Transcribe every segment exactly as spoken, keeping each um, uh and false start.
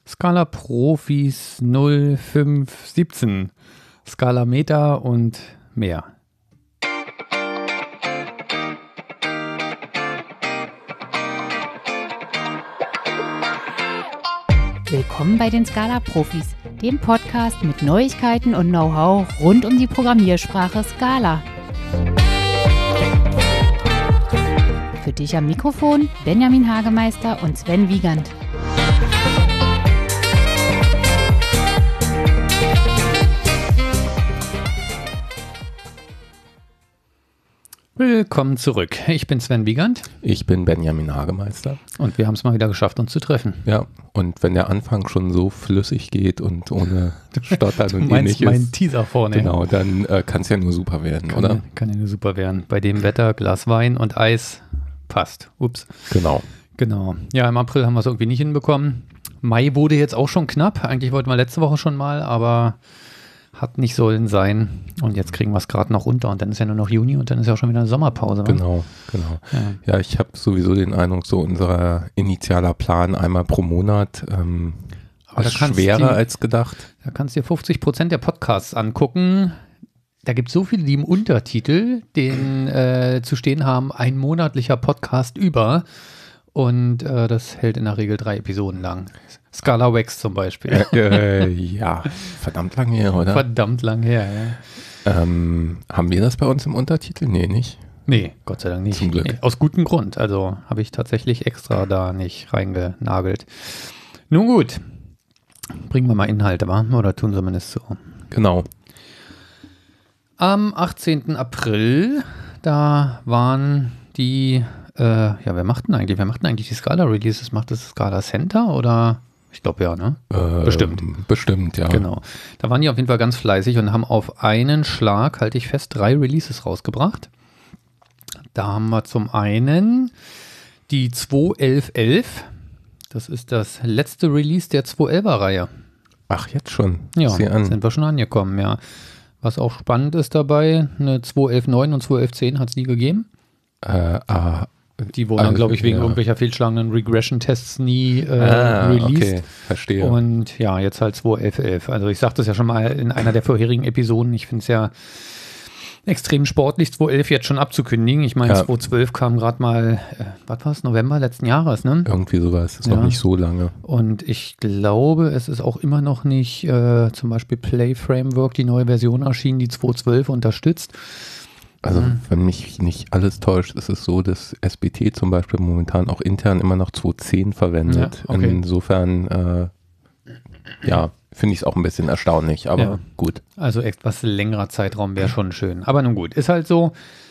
Scala Profis null fünf siebzehn, Scala Meta und mehr. Willkommen bei den Scala Profis, dem Podcast mit Neuigkeiten und Know-how rund um die Programmiersprache Scala. Für dich am Mikrofon Benjamin Hagemeister und Sven Wiegand. Willkommen zurück. Ich bin Sven Wiegand. Ich bin Benjamin Hagemeister. Und wir haben es mal wieder geschafft, uns zu treffen. Ja, und wenn der Anfang schon so flüssig geht und ohne Stottern und ähnliches. Du meinst meinen ähnliches, Teaser vorne. genau, dann äh, kann es ja nur super werden, kann, oder? Kann ja nur super werden. Bei dem Wetter, Glas Wein und Eis passt. Ups. Genau. Genau. Ja, im April haben wir es irgendwie nicht hinbekommen. Mai wurde jetzt auch schon knapp. Eigentlich wollten wir letzte Woche schon mal, aber hat nicht sollen sein. Und jetzt kriegen wir es gerade noch unter. Und dann ist ja nur noch Juni und dann ist ja auch schon wieder eine Sommerpause. Genau, genau. Ja, ja ich habe sowieso den Eindruck, so unser initialer Plan einmal pro Monat ähm, ist schwerer die, als gedacht. Da kannst du dir fünfzig Prozent der Podcasts angucken. Da gibt es so viele, die im Untertitel den äh, zu stehen haben, ein monatlicher Podcast über. Und äh, das hält in der Regel drei Episoden lang. Scala Wax zum Beispiel. Äh, äh, ja, verdammt lang her, oder? Verdammt lang her, ja. Ähm, haben wir das bei uns im Untertitel? Nee, nicht. Nee, Gott sei Dank nicht. Zum Glück. Nee, aus gutem Grund. Also habe ich tatsächlich extra da nicht reingenagelt. Nun gut. Bringen wir mal Inhalte, wa? Oder tun zumindest so. Genau. Am achtzehnten April, da waren die, äh, ja, wer macht denn eigentlich, wer macht denn eigentlich die Scala-Releases? Macht das Scala Center oder? Ich glaube ja, ne? Äh, bestimmt. Bestimmt, ja. Genau. Da waren die auf jeden Fall ganz fleißig und haben auf einen Schlag, halte ich fest, drei Releases rausgebracht. Da haben wir zum einen die zwei elf elf. Das ist das letzte Release der zwei elfer-Reihe. Ach, jetzt schon? Ja, Sieh an. sind wir schon angekommen, ja. Was auch spannend ist dabei, eine zwei elf neun und zwei elf zehn hat es nie gegeben. Äh, ah, Die wurden dann, also, glaube ich, wegen ja. irgendwelcher fehlschlagenden Regression-Tests nie äh, ah, released. Okay, verstehe. Und ja, jetzt halt zwei elf elf. Also ich sagte es ja schon mal in einer der vorherigen Episoden, ich finde es ja extrem sportlich, zwei elf jetzt schon abzukündigen. Ich meine, ja. zwei zwölf kam gerade mal, äh, was war es, November letzten Jahres, ne? Irgendwie sowas, ist ja. noch nicht so lange. Und ich glaube, es ist auch immer noch nicht äh, zum Beispiel Play Framework, die neue Version erschienen, die zwei zwölf unterstützt. Also Mhm. wenn mich nicht alles täuscht, ist es so, dass S B T zum Beispiel momentan auch intern immer noch zwei zehn verwendet. Ja, okay. Insofern, äh, ja, finde ich es auch ein bisschen erstaunlich, aber Ja. gut. Also etwas längerer Zeitraum wäre schon schön. Aber nun gut, ist halt so.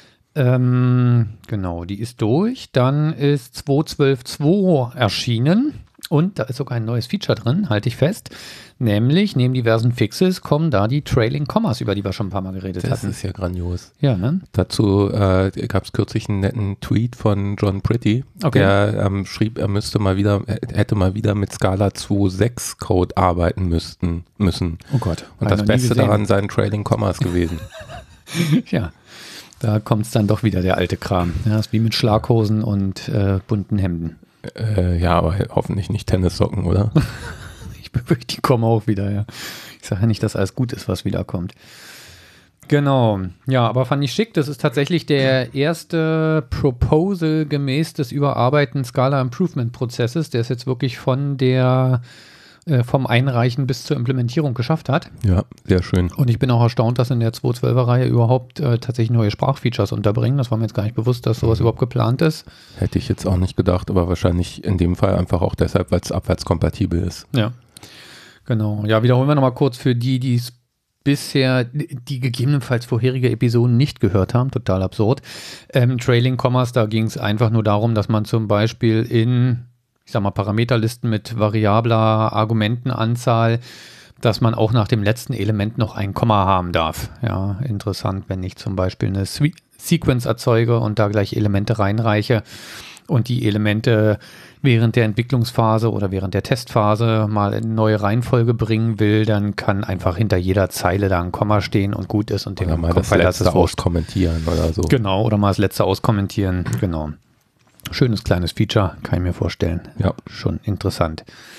Ähm, genau, die ist durch. Dann ist zwei zwölf zwei erschienen und da ist sogar ein neues Feature drin, halte ich fest. Nämlich, neben diversen Fixes kommen da die Trailing Commas, über die wir schon ein paar Mal geredet Das hatten. ist ja grandios. Ja, ne? Dazu äh, gab es kürzlich einen netten Tweet von John Pretty, Okay. der ähm, schrieb, er müsste mal wieder, hätte mal wieder mit Scala zwei sechs Code arbeiten müssten, müssen. Oh Gott. Und hab ich das noch nie Beste gesehen. daran seien Trailing Commas gewesen. Ja, da kommt es dann doch wieder, der alte Kram. Ja, ist wie mit Schlaghosen und äh, bunten Hemden. äh, ja, aber hoffentlich nicht Tennissocken, oder? Ich befürchte, die kommen auch wieder, ja. Ich sage ja nicht, dass alles gut ist, was wiederkommt. Genau. Ja, aber fand ich schick. Das ist tatsächlich der erste Proposal gemäß des überarbeiteten Scala Improvement Prozesses, der es jetzt wirklich von der äh, vom Einreichen bis zur Implementierung geschafft hat. Ja, sehr schön. Und ich bin auch erstaunt, dass in der zwei zwölfer-Reihe überhaupt äh, tatsächlich neue Sprachfeatures unterbringen. Das war mir jetzt gar nicht bewusst, dass sowas überhaupt geplant ist. Hätte ich jetzt auch nicht gedacht, aber wahrscheinlich in dem Fall einfach auch deshalb, weil es abwärtskompatibel ist. Ja, genau. Ja, wiederholen wir nochmal kurz für die, die es bisher, die gegebenenfalls vorherige Episoden nicht gehört haben, total absurd. Ähm, Trailing Commas, da ging es einfach nur darum, dass man zum Beispiel in, ich sag mal, Parameterlisten mit variabler Argumentenanzahl, dass man auch nach dem letzten Element noch ein Komma haben darf. Ja, interessant, wenn ich zum Beispiel eine Swe- Sequence erzeuge und da gleich Elemente reinreiche und die Elemente während der Entwicklungsphase oder während der Testphase mal in eine neue Reihenfolge bringen will, dann kann einfach hinter jeder Zeile da ein Komma stehen und gut ist und dem Oder mal das Compiler letzte ist es wurscht. auskommentieren oder so. Genau, oder mal das letzte auskommentieren. Genau. Schönes kleines Feature, kann ich mir vorstellen. Ja. Schon interessant.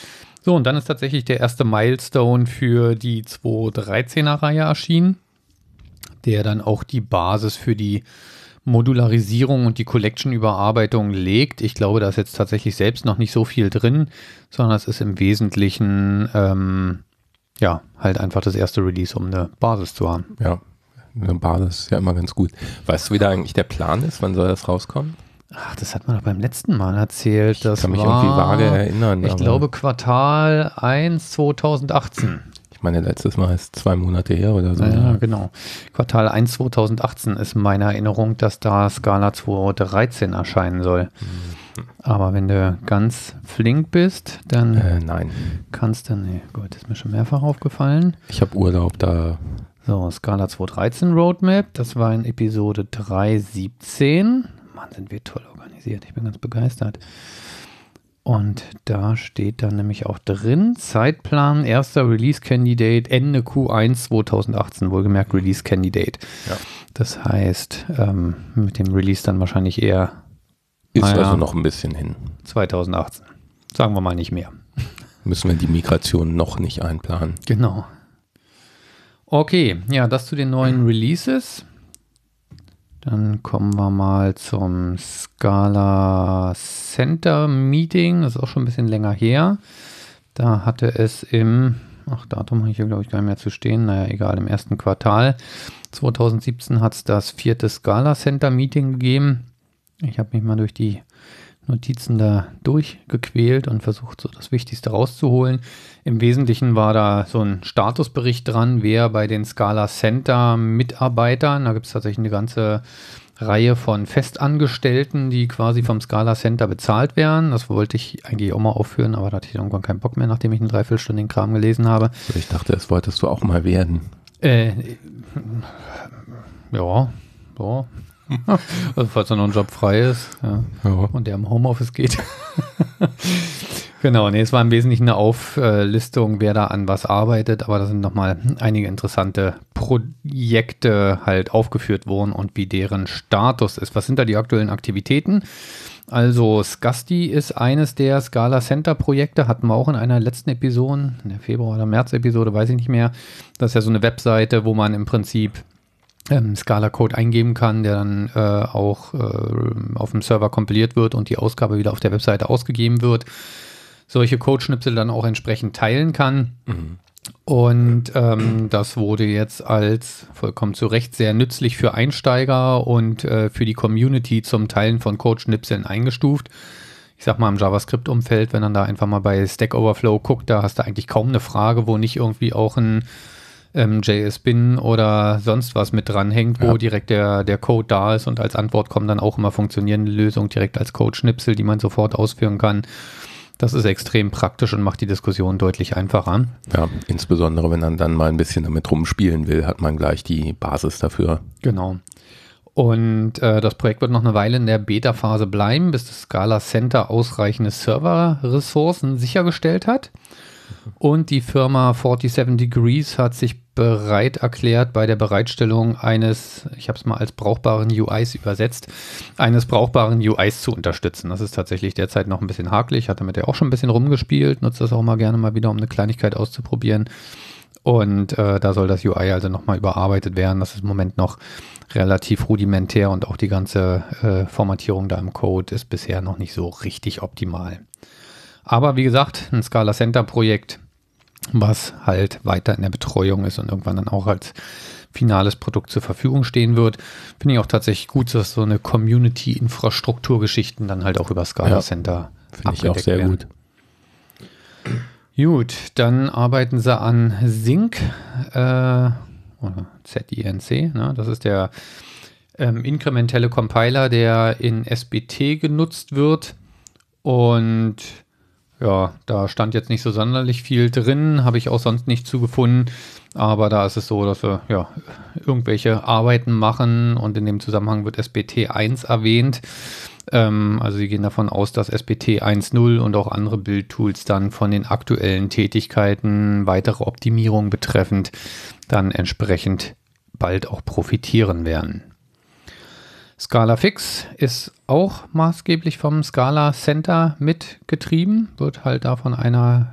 So, und dann ist tatsächlich der erste Milestone für die zweitausenddreizehner-Reihe erschienen, der dann auch die Basis für die Modularisierung und die Collection-Überarbeitung legt. Ich glaube, da ist jetzt tatsächlich selbst noch nicht so viel drin, sondern es ist im Wesentlichen ähm, ja, halt einfach das erste Release, um eine Basis zu haben. Ja, eine Basis ist ja immer ganz gut. Weißt du, wie da eigentlich der Plan ist? Wann soll das rauskommen? Ach, das hat man doch beim letzten Mal erzählt. Das ich kann mich war, irgendwie vage erinnern. Ich glaube Quartal eins zweitausendachtzehn. Ich meine, letztes Mal ist zwei Monate her oder so. Ja, genau. Quartal eins zweitausendachtzehn ist meine Erinnerung, dass da Scala zweitausenddreizehn erscheinen soll. Mhm. Aber wenn du ganz flink bist, dann äh, nein. kannst du, nee, gut, ist mir schon mehrfach aufgefallen. Ich habe Urlaub da. So, Scala zweitausenddreizehn Roadmap, das war in Episode drei siebzehn. Mann, sind wir toll organisiert, ich bin ganz begeistert. Und da steht dann nämlich auch drin, Zeitplan, erster Release-Candidate, Ende Q eins zweitausendachtzehn, wohlgemerkt Release-Candidate. Ja. Das heißt, ähm, mit dem Release dann wahrscheinlich eher Ist naja, also noch ein bisschen hin. zweitausendachtzehn. Sagen wir mal nicht mehr. Müssen wir die Migration noch nicht einplanen. Genau. Okay, ja, das zu den neuen Releases. Dann kommen wir mal zum Scala Center Meeting. Das ist auch schon ein bisschen länger her. Da hatte es im, ach, Datum habe ich hier glaube ich gar nicht mehr zu stehen. Naja, egal, im ersten Quartal zweitausendsiebzehn hat es das vierte Scala Center Meeting gegeben. Ich habe mich mal durch die Notizen da durchgequält und versucht, so das Wichtigste rauszuholen. Im Wesentlichen war da so ein Statusbericht dran, wer bei den Scala Center Mitarbeitern, da gibt es tatsächlich eine ganze Reihe von Festangestellten, die quasi vom Scala Center bezahlt werden. Das wollte ich eigentlich auch mal aufführen, aber da hatte ich irgendwann keinen Bock mehr, nachdem ich eine Dreiviertelstunde den Kram gelesen habe. Ich dachte, das wolltest du auch mal werden. Äh, ja, so. Also falls da noch ein Job frei ist, ja, ja. Und der im Homeoffice geht. Genau, nee, es war im Wesentlichen eine Auflistung, wer da an was arbeitet, aber da sind nochmal einige interessante Projekte halt aufgeführt worden und wie deren Status ist. Was sind da die aktuellen Aktivitäten? Also Scasti ist eines der Scala Center Projekte, hatten wir auch in einer letzten Episode, in der Februar- oder März-Episode, weiß ich nicht mehr. Das ist ja so eine Webseite, wo man im Prinzip ähm, Scala-Code eingeben kann, der dann äh, auch äh, auf dem Server kompiliert wird und die Ausgabe wieder auf der Webseite ausgegeben wird. Solche Codeschnipsel dann auch entsprechend teilen kann. Mhm. Und ähm, das wurde jetzt als vollkommen zu Recht sehr nützlich für Einsteiger und äh, für die Community zum Teilen von Codeschnipseln eingestuft. Ich sag mal im JavaScript-Umfeld, wenn man da einfach mal bei Stack Overflow guckt, da hast du eigentlich kaum eine Frage, wo nicht irgendwie auch ein ähm, J S-Bin oder sonst was mit dranhängt, wo ja. direkt der, der Code da ist und als Antwort kommen dann auch immer funktionierende Lösungen direkt als Codeschnipsel, die man sofort ausführen kann. Das ist extrem praktisch und macht die Diskussion deutlich einfacher. Ja, insbesondere wenn man dann mal ein bisschen damit rumspielen will, hat man gleich die Basis dafür. Genau. Und äh, das Projekt wird noch eine Weile in der Beta-Phase bleiben, bis das Scala Center ausreichende Server-Ressourcen sichergestellt hat. Und die Firma forty-seven Degrees hat sich bereit erklärt, bei der Bereitstellung eines, ich habe es mal als brauchbaren U Is übersetzt, eines brauchbaren U Is zu unterstützen. Das ist tatsächlich derzeit noch ein bisschen hakelig. Ich hatte damit ja auch schon ein bisschen rumgespielt, nutze das auch mal gerne mal wieder, um eine Kleinigkeit auszuprobieren. Und äh, da soll das U I also nochmal überarbeitet werden. Das ist im Moment noch relativ rudimentär und auch die ganze äh, Formatierung da im Code ist bisher noch nicht so richtig optimal. Aber wie gesagt, ein Scala Center Projekt, was halt weiter in der Betreuung ist und irgendwann dann auch als finales Produkt zur Verfügung stehen wird. Finde ich auch tatsächlich gut, dass so eine Community-Infrastrukturgeschichten dann halt auch über Scala ja, Center finde ich auch sehr werden. Gut. Gut, dann arbeiten sie an Zinc, äh, oder Z I N C, ne? Das ist der ähm, inkrementelle Compiler, der in S B T genutzt wird. Und ja, da stand jetzt nicht so sonderlich viel drin, habe ich auch sonst nicht zugefunden, aber da ist es so, dass wir ja, irgendwelche Arbeiten machen und in dem Zusammenhang wird S B T eins erwähnt. Ähm, also sie gehen davon aus, dass S B T eins Punkt null und auch andere Build-Tools dann von den aktuellen Tätigkeiten, weitere Optimierungen betreffend, dann entsprechend bald auch profitieren werden. ScalaFix ist auch maßgeblich vom Scala Center mitgetrieben, wird halt da von einer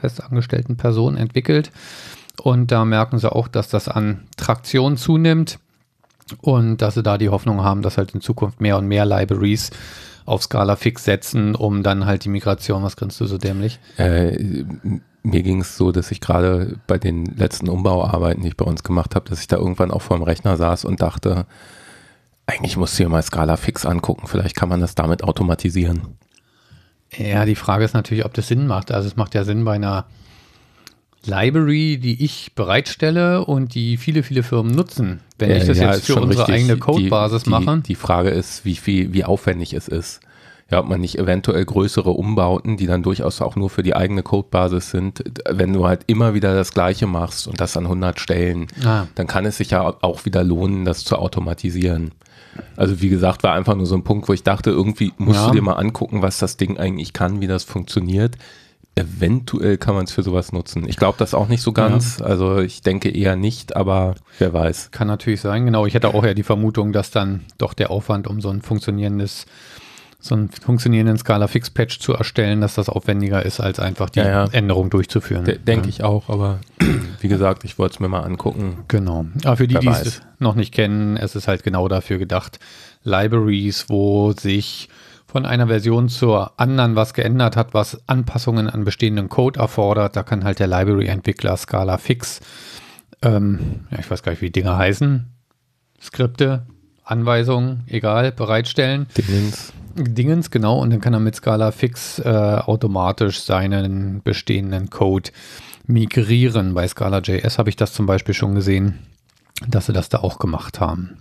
festangestellten Personen entwickelt. Und da merken sie auch, dass das an Traktion zunimmt und dass sie da die Hoffnung haben, dass halt in Zukunft mehr und mehr Libraries auf Scala Fix setzen, um dann halt die Migration, was grinst du so dämlich? Äh, mir ging es so, dass ich gerade bei den letzten Umbauarbeiten, die ich bei uns gemacht habe, dass ich da irgendwann auch vor dem Rechner saß und dachte, eigentlich musst du dir mal Scala Fix angucken, vielleicht kann man das damit automatisieren. Ja, die Frage ist natürlich, ob das Sinn macht. Also es macht ja Sinn bei einer Library, die ich bereitstelle und die viele, viele Firmen nutzen. Wenn ja, ich das ja, jetzt für unsere richtig. eigene Codebasis die, mache. Die, die Frage ist, wie viel, wie aufwendig es ist. Ja, ob man nicht eventuell größere Umbauten, die dann durchaus auch nur für die eigene Codebasis sind, wenn du halt immer wieder das Gleiche machst und das an hundert Stellen, ah. dann kann es sich ja auch wieder lohnen, das zu automatisieren. Also wie gesagt, war einfach nur so ein Punkt, wo ich dachte, irgendwie musst ja. du dir mal angucken, was das Ding eigentlich kann, wie das funktioniert. Eventuell kann man es für sowas nutzen. Ich glaube das auch nicht so ganz, ja. also ich denke eher nicht, aber wer weiß. Kann natürlich sein, genau. Ich hätte auch eher die Vermutung, dass dann doch der Aufwand, um so ein funktionierendes, so einen funktionierenden Scala-Fix-Patch zu erstellen, dass das aufwendiger ist, als einfach die ja, ja. Änderung durchzuführen. De- denke ja. ich auch, aber wie gesagt, ich wollte es mir mal angucken. Genau. Aber für die, die es noch nicht kennen, es ist halt genau dafür gedacht, Libraries, wo sich von einer Version zur anderen was geändert hat, was Anpassungen an bestehenden Code erfordert. Da kann halt der Library-Entwickler Scala Fix, ähm, ja, ich weiß gar nicht, wie die Dinger heißen, Skripte, Anweisungen, egal, bereitstellen. Dingens. Dingens, genau. Und dann kann er mit Scala Fix äh, automatisch seinen bestehenden Code migrieren. Bei Scala J S habe ich das zum Beispiel schon gesehen, dass sie das da auch gemacht haben.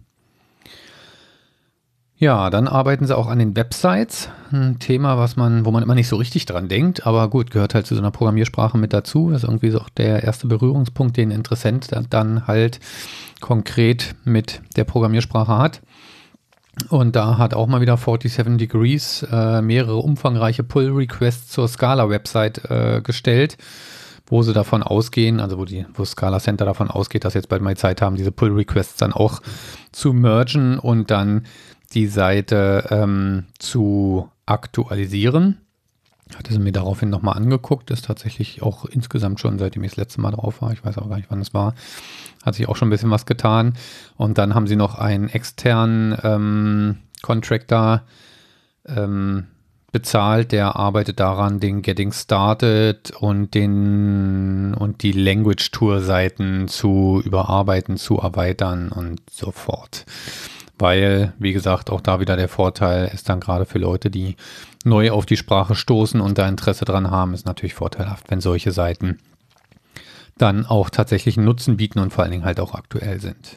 Ja, dann arbeiten sie auch an den Websites. Ein Thema, was man, wo man immer nicht so richtig dran denkt, aber gut, gehört halt zu so einer Programmiersprache mit dazu. Das ist irgendwie so auch der erste Berührungspunkt, den ein Interessent dann halt konkret mit der Programmiersprache hat. Und da hat auch mal wieder forty-seven Degrees äh, mehrere umfangreiche Pull-Requests zur Scala-Website äh, gestellt, wo sie davon ausgehen, also wo die, wo Scala Center davon ausgeht, dass jetzt bald mal Zeit haben, diese Pull-Requests dann auch zu mergen und dann die Seite ähm, zu aktualisieren. Hatte sie mir daraufhin nochmal angeguckt, ist tatsächlich auch insgesamt schon, seitdem ich das letzte Mal drauf war, ich weiß aber gar nicht, wann es war, hat sich auch schon ein bisschen was getan. Und dann haben sie noch einen externen ähm, Contractor ähm, bezahlt, der arbeitet daran, den Getting Started und den und die Language Tour Seiten zu überarbeiten, zu erweitern und so fort. Weil, wie gesagt, auch da wieder der Vorteil ist dann gerade für Leute, die neu auf die Sprache stoßen und da Interesse dran haben, ist natürlich vorteilhaft, wenn solche Seiten dann auch tatsächlich einen Nutzen bieten und vor allen Dingen halt auch aktuell sind.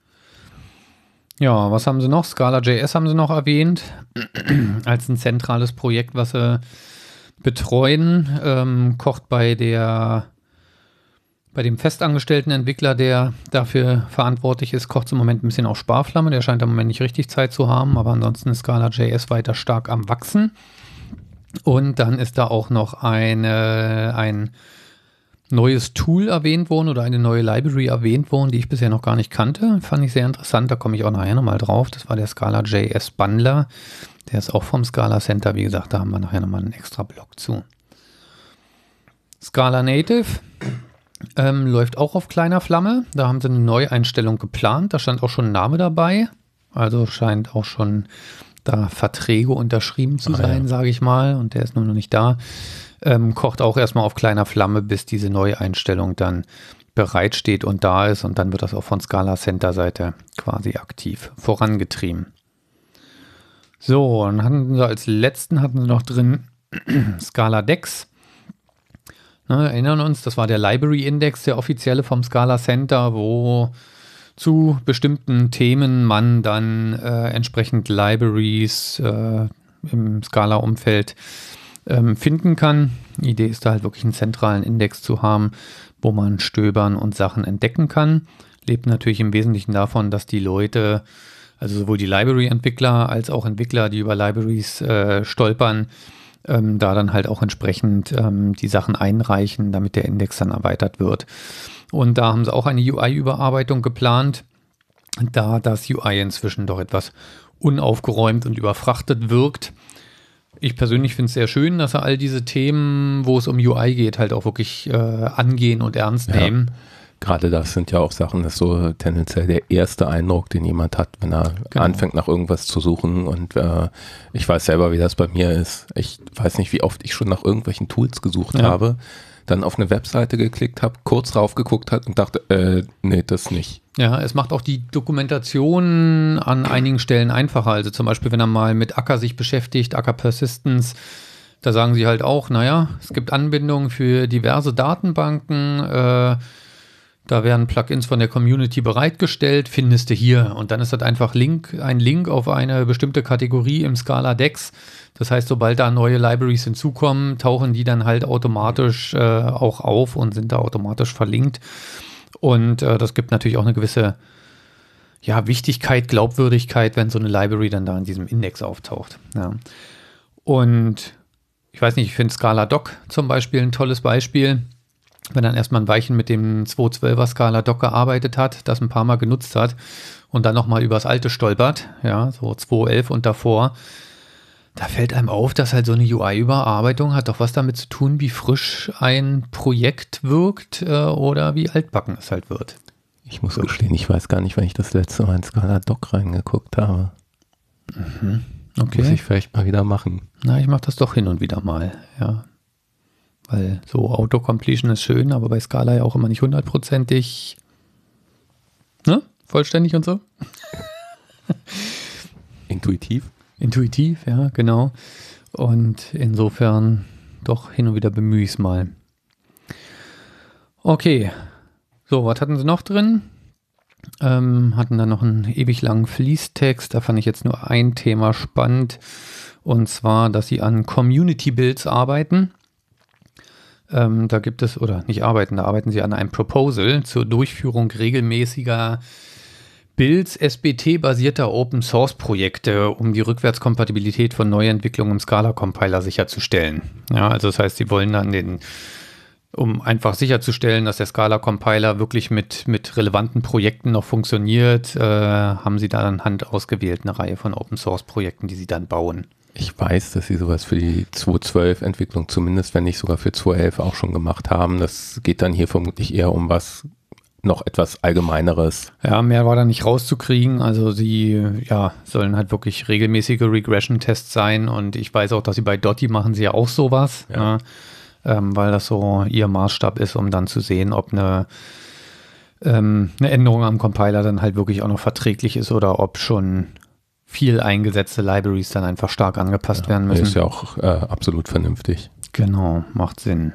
Ja, was haben sie noch? Scala J S haben sie noch erwähnt, als ein zentrales Projekt, was sie betreuen. Ähm, kocht bei der Bei dem festangestellten Entwickler, der dafür verantwortlich ist, kocht es im Moment ein bisschen auf Sparflamme. Der scheint im Moment nicht richtig Zeit zu haben, aber ansonsten ist Scala J S weiter stark am Wachsen. Und dann ist da auch noch eine, ein neues Tool erwähnt worden oder eine neue Library erwähnt worden, die ich bisher noch gar nicht kannte. Fand ich sehr interessant, da komme ich auch nachher nochmal drauf. Das war der Scala J S Bundler. Der ist auch vom Scala Center, wie gesagt, da haben wir nachher nochmal einen extra Blog zu. Scala Native ähm, läuft auch auf kleiner Flamme. Da haben sie eine Neueinstellung geplant. Da stand auch schon ein Name dabei. Also scheint auch schon da Verträge unterschrieben zu ah, sein, ja. sage ich mal. Und der ist nur noch nicht da. Ähm, kocht auch erstmal auf kleiner Flamme, bis diese Neueinstellung dann bereitsteht und da ist. Und dann wird das auch von Scala Center Seite quasi aktiv vorangetrieben. So, dann hatten sie als letzten hatten sie noch drin Scala Dex. Ne, erinnern uns, das war der Library Index, der offizielle vom Scala Center, wo zu bestimmten Themen man dann äh, entsprechend Libraries äh, im Scala-Umfeld ähm, finden kann. Die Idee ist da halt wirklich einen zentralen Index zu haben, wo man stöbern und Sachen entdecken kann. Lebt natürlich im Wesentlichen davon, dass die Leute, also sowohl die Library-Entwickler als auch Entwickler, die über Libraries äh, stolpern, ähm, da dann halt auch entsprechend ähm, die Sachen einreichen, damit der Index dann erweitert wird. Und da haben sie auch eine U I-Überarbeitung geplant, da das U I inzwischen doch etwas unaufgeräumt und überfrachtet wirkt. Ich persönlich finde es sehr schön, dass er all diese Themen, wo es um U I geht, halt auch wirklich äh, angehen und ernst Ja. nehmen. Gerade das sind ja auch Sachen, das ist so tendenziell der erste Eindruck, den jemand hat, wenn er Genau. anfängt nach irgendwas zu suchen. Und äh, ich weiß selber, wie das bei mir ist. Ich weiß nicht, wie oft ich schon nach irgendwelchen Tools gesucht Ja. habe, dann auf eine Webseite geklickt habe, kurz drauf geguckt habe und dachte, äh, nee, das nicht. Ja, es macht auch die Dokumentation an einigen Stellen einfacher. Also zum Beispiel, wenn er mal mit Acker sich beschäftigt, Acker Persistence, da sagen sie halt auch, naja, es gibt Anbindungen für diverse Datenbanken, äh, da werden Plugins von der Community bereitgestellt, findest du hier. Und dann ist das einfach Link, ein Link auf eine bestimmte Kategorie im Scala Dex. Das heißt, sobald da neue Libraries hinzukommen, tauchen die dann halt automatisch äh, auch auf und sind da automatisch verlinkt. Und äh, das gibt natürlich auch eine gewisse ja, Wichtigkeit, Glaubwürdigkeit, wenn so eine Library dann da in diesem Index auftaucht. Ja. Und ich weiß nicht, ich finde Scala Doc zum Beispiel ein tolles Beispiel. Wenn dann erstmal ein Weilchen mit dem zwei Punkt zwölfer Scala Doc gearbeitet hat, das ein paar Mal genutzt hat und dann nochmal übers alte stolpert, ja, so zwei Punkt elf und davor, da fällt einem auf, dass halt so eine U I-Überarbeitung hat doch was damit zu tun, wie frisch ein Projekt wirkt äh, oder wie altbacken es halt wird. Ich muss gestehen, ich weiß gar nicht, wann ich das letzte Mal in Scala Doc reingeguckt habe. Mhm. Okay. Muss ich vielleicht mal wieder machen. Na, ich mache das doch hin und wieder mal, ja. Weil so Autocompletion ist schön, aber bei Scala ja auch immer nicht hundertprozentig ne? Vollständig und so. Intuitiv? Intuitiv, ja, genau. Und insofern doch hin und wieder bemühe ich es mal. Okay. So, was hatten sie noch drin? Ähm, hatten dann noch einen ewig langen Fließtext. Da fand ich jetzt nur ein Thema spannend. Und zwar, dass sie an Community-Builds arbeiten. Ähm, da gibt es, oder nicht arbeiten, da arbeiten sie an einem Proposal zur Durchführung regelmäßiger Builds S B T-basierter Open-Source-Projekte, um die Rückwärtskompatibilität von Neuentwicklungen im Scala-Compiler sicherzustellen. Ja, also das heißt, sie wollen dann den, um einfach sicherzustellen, dass der Scala-Compiler wirklich mit, mit relevanten Projekten noch funktioniert, äh, haben sie da anhand ausgewählt eine Reihe von Open-Source-Projekten, die sie dann bauen. Ich weiß, dass sie sowas für die zwei Punkt zwölf Entwicklung, zumindest wenn nicht sogar für zwei Punkt elf auch schon gemacht haben. Das geht dann hier vermutlich eher um was noch etwas Allgemeineres. Ja, mehr war da nicht rauszukriegen. Also sie ja, sollen halt wirklich regelmäßige Regression-Tests sein und ich weiß auch, dass sie bei Dotty machen sie ja auch sowas, Ja. ja, ähm, weil das so ihr Maßstab ist, um dann zu sehen, ob eine, ähm, eine Änderung am Compiler dann halt wirklich auch noch verträglich ist oder ob schon viel eingesetzte Libraries dann einfach stark angepasst Ja, werden müssen. ist ja auch äh, absolut vernünftig. Genau, macht Sinn.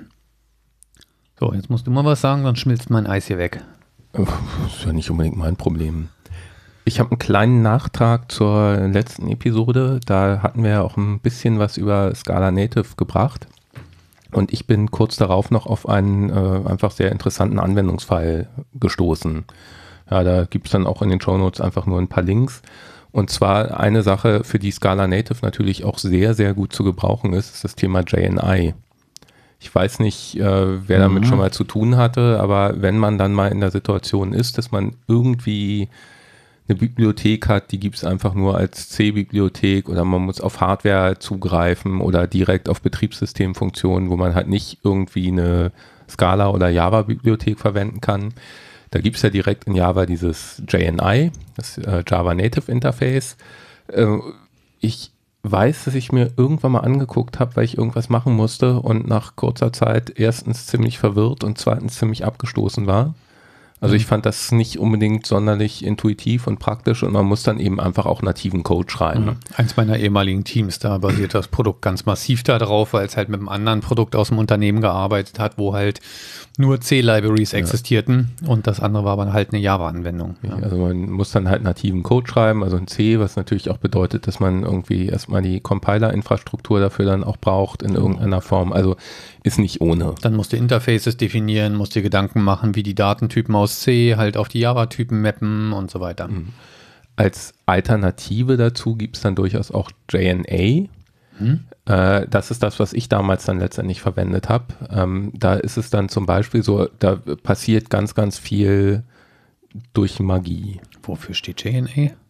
So, jetzt musst du mal was sagen, sonst schmilzt mein Eis hier weg. Das ist ja nicht unbedingt mein Problem. Ich habe einen kleinen Nachtrag zur letzten Episode. Da hatten wir ja auch ein bisschen was über Scala Native gebracht. Und ich bin kurz darauf noch auf einen äh, einfach sehr interessanten Anwendungsfall gestoßen. Ja, da gibt es dann auch in den Shownotes einfach nur ein paar Links. Und zwar eine Sache, für die Scala Native natürlich auch sehr, sehr gut zu gebrauchen ist, ist das Thema J N I. Ich weiß nicht, äh, wer damit Mhm. schon mal zu tun hatte, aber wenn man dann mal in der Situation ist, dass man irgendwie eine Bibliothek hat, die gibt es einfach nur als C-Bibliothek oder man muss auf Hardware zugreifen oder direkt auf Betriebssystemfunktionen, wo man halt nicht irgendwie eine Scala- oder Java-Bibliothek verwenden kann. Da gibt es ja direkt in Java dieses J N I, das äh, Java Native Interface. Äh, ich weiß, dass ich mir irgendwann mal angeguckt habe, weil ich irgendwas machen musste und nach kurzer Zeit erstens ziemlich verwirrt und zweitens ziemlich abgestoßen war. Also ich fand das nicht unbedingt sonderlich intuitiv und praktisch und man muss dann eben einfach auch nativen Code schreiben. Mhm. Eins meiner ehemaligen Teams, da basiert das Produkt ganz massiv darauf, weil es halt mit einem anderen Produkt aus dem Unternehmen gearbeitet hat, wo halt nur C-Libraries Ja. existierten und das andere war aber halt eine Java-Anwendung. Ja. Also man muss dann halt nativen Code schreiben, also ein C, was natürlich auch bedeutet, dass man irgendwie erstmal die Compiler-Infrastruktur dafür dann auch braucht in irgendeiner Form. Also ist nicht ohne. Dann musst du Interfaces definieren, musst dir Gedanken machen, wie die Datentypen aus C halt auf die Java-Typen mappen und so weiter. Mhm. Als Alternative dazu gibt es dann durchaus auch J N A. Hm? Äh, das ist das, was ich damals dann letztendlich verwendet habe. Ähm, da ist es dann zum Beispiel so, da passiert ganz, ganz viel durch Magie. Wofür steht J N A?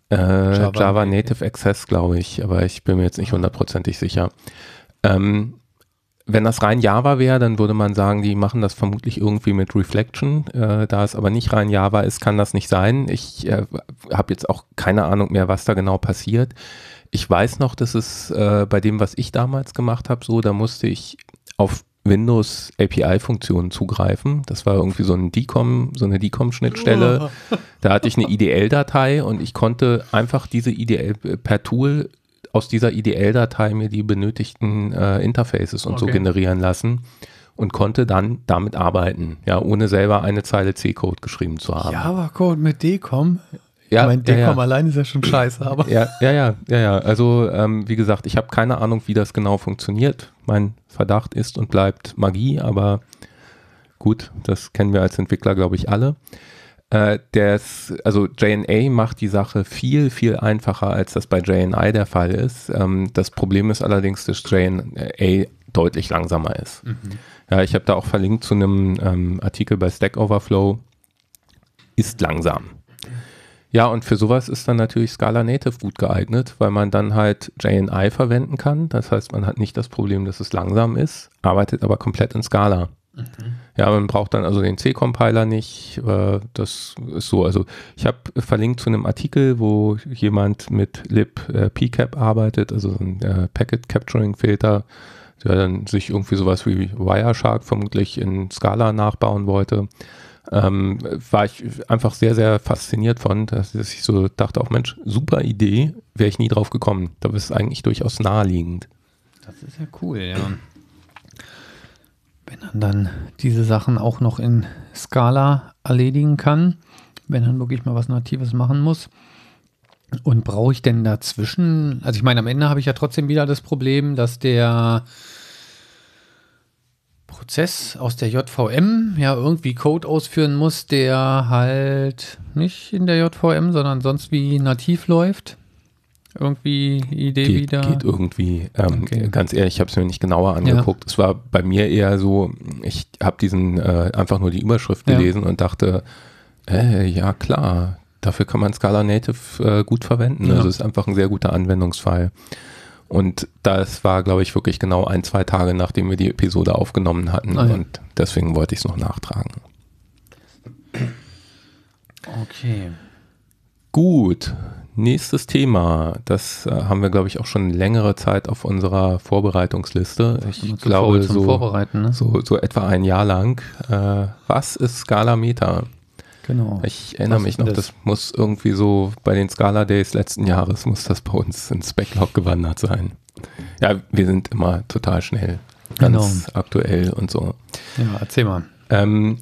Äh, Java, Java Native Access, glaube ich, aber ich bin mir jetzt nicht hundertprozentig sicher. Ähm, wenn das rein Java wäre, dann würde man sagen, die machen das vermutlich irgendwie mit Reflection. Äh, da es aber nicht rein Java ist, kann das nicht sein. Ich äh, habe jetzt auch keine Ahnung mehr, was da genau passiert. Ich weiß noch, dass es äh, bei dem, was ich damals gemacht habe, so, da musste ich auf Windows A P I-Funktionen zugreifen. Das war irgendwie so ein D COM, so eine D COM-Schnittstelle. Oh. Da hatte ich eine I D L-Datei und ich konnte einfach diese I D L per Tool aus dieser I D L-Datei mir die benötigten äh, Interfaces und okay. so generieren lassen und konnte dann damit arbeiten, ja, ohne selber eine Zeile C-Code geschrieben zu haben. Java-Code mit D COM? Ja, mein D COM ja, ja. allein ist ja schon scheiße, aber. Ja, ja, ja, ja, ja. Also, ähm, wie gesagt, ich habe keine Ahnung, wie das genau funktioniert. Mein Verdacht ist und bleibt Magie, aber gut, das kennen wir als Entwickler, glaube ich, alle. Äh, des, also J N A macht die Sache viel, viel einfacher, als das bei J N I der Fall ist. Ähm, das Problem ist allerdings, dass J N A deutlich langsamer ist. Mhm. Ja, ich habe da auch verlinkt zu einem ähm, Artikel bei Stack Overflow. Ist langsam. Ja, und für sowas ist dann natürlich Scala Native gut geeignet, weil man dann halt J N I verwenden kann. Das heißt, man hat nicht das Problem, dass es langsam ist, arbeitet aber komplett in Scala. Mhm. Ja, man braucht dann also den C-Compiler nicht. Äh, das ist so. Also ich habe verlinkt zu einem Artikel, wo jemand mit lib äh, P CAP arbeitet, also ein äh, Packet Capturing Filter, der dann sich irgendwie sowas wie Wireshark vermutlich in Scala nachbauen wollte. Ähm, war ich einfach sehr, sehr fasziniert von, dass ich so dachte, auch Mensch, super Idee, wäre ich nie drauf gekommen. Da ist es eigentlich durchaus naheliegend. Das ist ja cool, ja. Wenn man dann diese Sachen auch noch in Scala erledigen kann, wenn man wirklich mal was Natives machen muss. Und brauche ich denn dazwischen, also ich meine, am Ende habe ich ja trotzdem wieder das Problem, dass der Prozess aus der J V M ja irgendwie Code ausführen muss, der halt nicht in der J V M, sondern sonst wie nativ läuft. Irgendwie Idee geht, wieder. Geht irgendwie. Ähm, okay. Ganz ehrlich, ich habe es mir nicht genauer angeguckt. Ja. Es war bei mir eher so, ich habe diesen äh, einfach nur die Überschrift gelesen ja. und dachte, äh, ja klar, dafür kann man Scala Native äh, gut verwenden. Ja. Also es ist einfach ein sehr guter Anwendungsfall. Und das war, glaube ich, wirklich genau ein, zwei Tage, nachdem wir die Episode aufgenommen hatten. Ah, ja. Und deswegen wollte ich es noch nachtragen. Okay. Gut. Nächstes Thema. Das äh, haben wir, glaube ich, auch schon längere Zeit auf unserer Vorbereitungsliste. Ich glaube, so, Vorbereiten, ne? so, so etwa ein Jahr lang. Äh, was ist Scala Meta? Genau. Ich erinnere Was mich noch, das? das muss irgendwie so bei den Scala Days letzten Jahres muss das bei uns ins Backlog gewandert sein. Ja, wir sind immer total schnell, ganz genau. aktuell und so. Ja, erzähl mal. Ähm,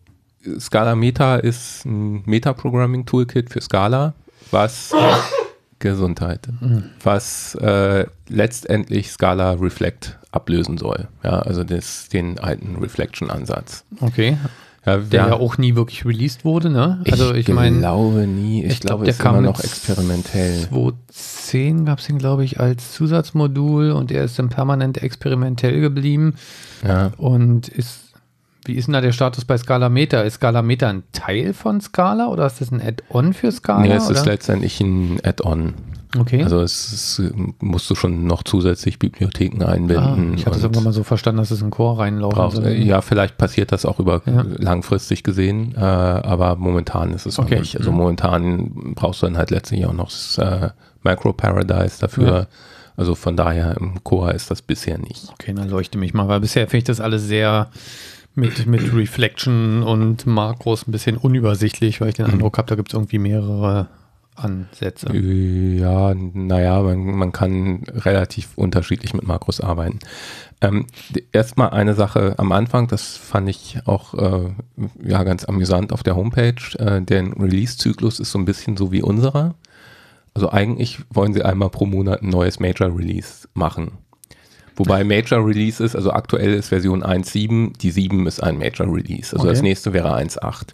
Scala Meta ist ein Meta-Programming-Toolkit für Scala, was Gesundheit, mhm. was äh, letztendlich Scala Reflect ablösen soll. Ja, also das, den alten Reflection-Ansatz. Okay. Ja, der ja, ja auch nie wirklich released wurde, ne? Also ich, ich mein, glaube nie. Ich, ich glaube, der ist kam immer noch experimentell. zwanzig zehn gab es ihn, glaube ich, als Zusatzmodul und er ist dann permanent experimentell geblieben. Ja. Und ist, wie ist denn da der Status bei Scala Meta? Ist Scala Meta ein Teil von Scala oder ist das ein Add-on für Scala? Nee, es oder? ist letztendlich ein Add-on. Okay. Also es ist, musst du schon noch zusätzlich Bibliotheken einbinden. Ah, ich hatte es irgendwann mal so verstanden, dass es in Core reinlaufen soll. Ja, vielleicht passiert das auch über ja. langfristig gesehen, äh, aber momentan ist es okay. noch nicht. Also mhm. momentan brauchst du dann halt letztlich auch noch das äh, Macro Paradise dafür. Ja. Also von daher im Core ist das bisher nicht. Okay, dann leuchte mich mal, weil bisher finde ich das alles sehr mit, mit Reflection und Makros ein bisschen unübersichtlich, weil ich den mhm. Eindruck habe, da gibt es irgendwie mehrere Ansätze. Ja, naja, man, man kann relativ unterschiedlich mit Makros arbeiten. Ähm, Erstmal eine Sache am Anfang, das fand ich auch äh, ja, ganz amüsant auf der Homepage. Äh, der Release-Zyklus ist so ein bisschen so wie unserer. Also eigentlich wollen sie einmal pro Monat ein neues Major-Release machen. Wobei Major-Release ist, also aktuell ist Version eins Punkt sieben, die sieben ist ein Major-Release. Also okay. das nächste wäre eins Punkt acht.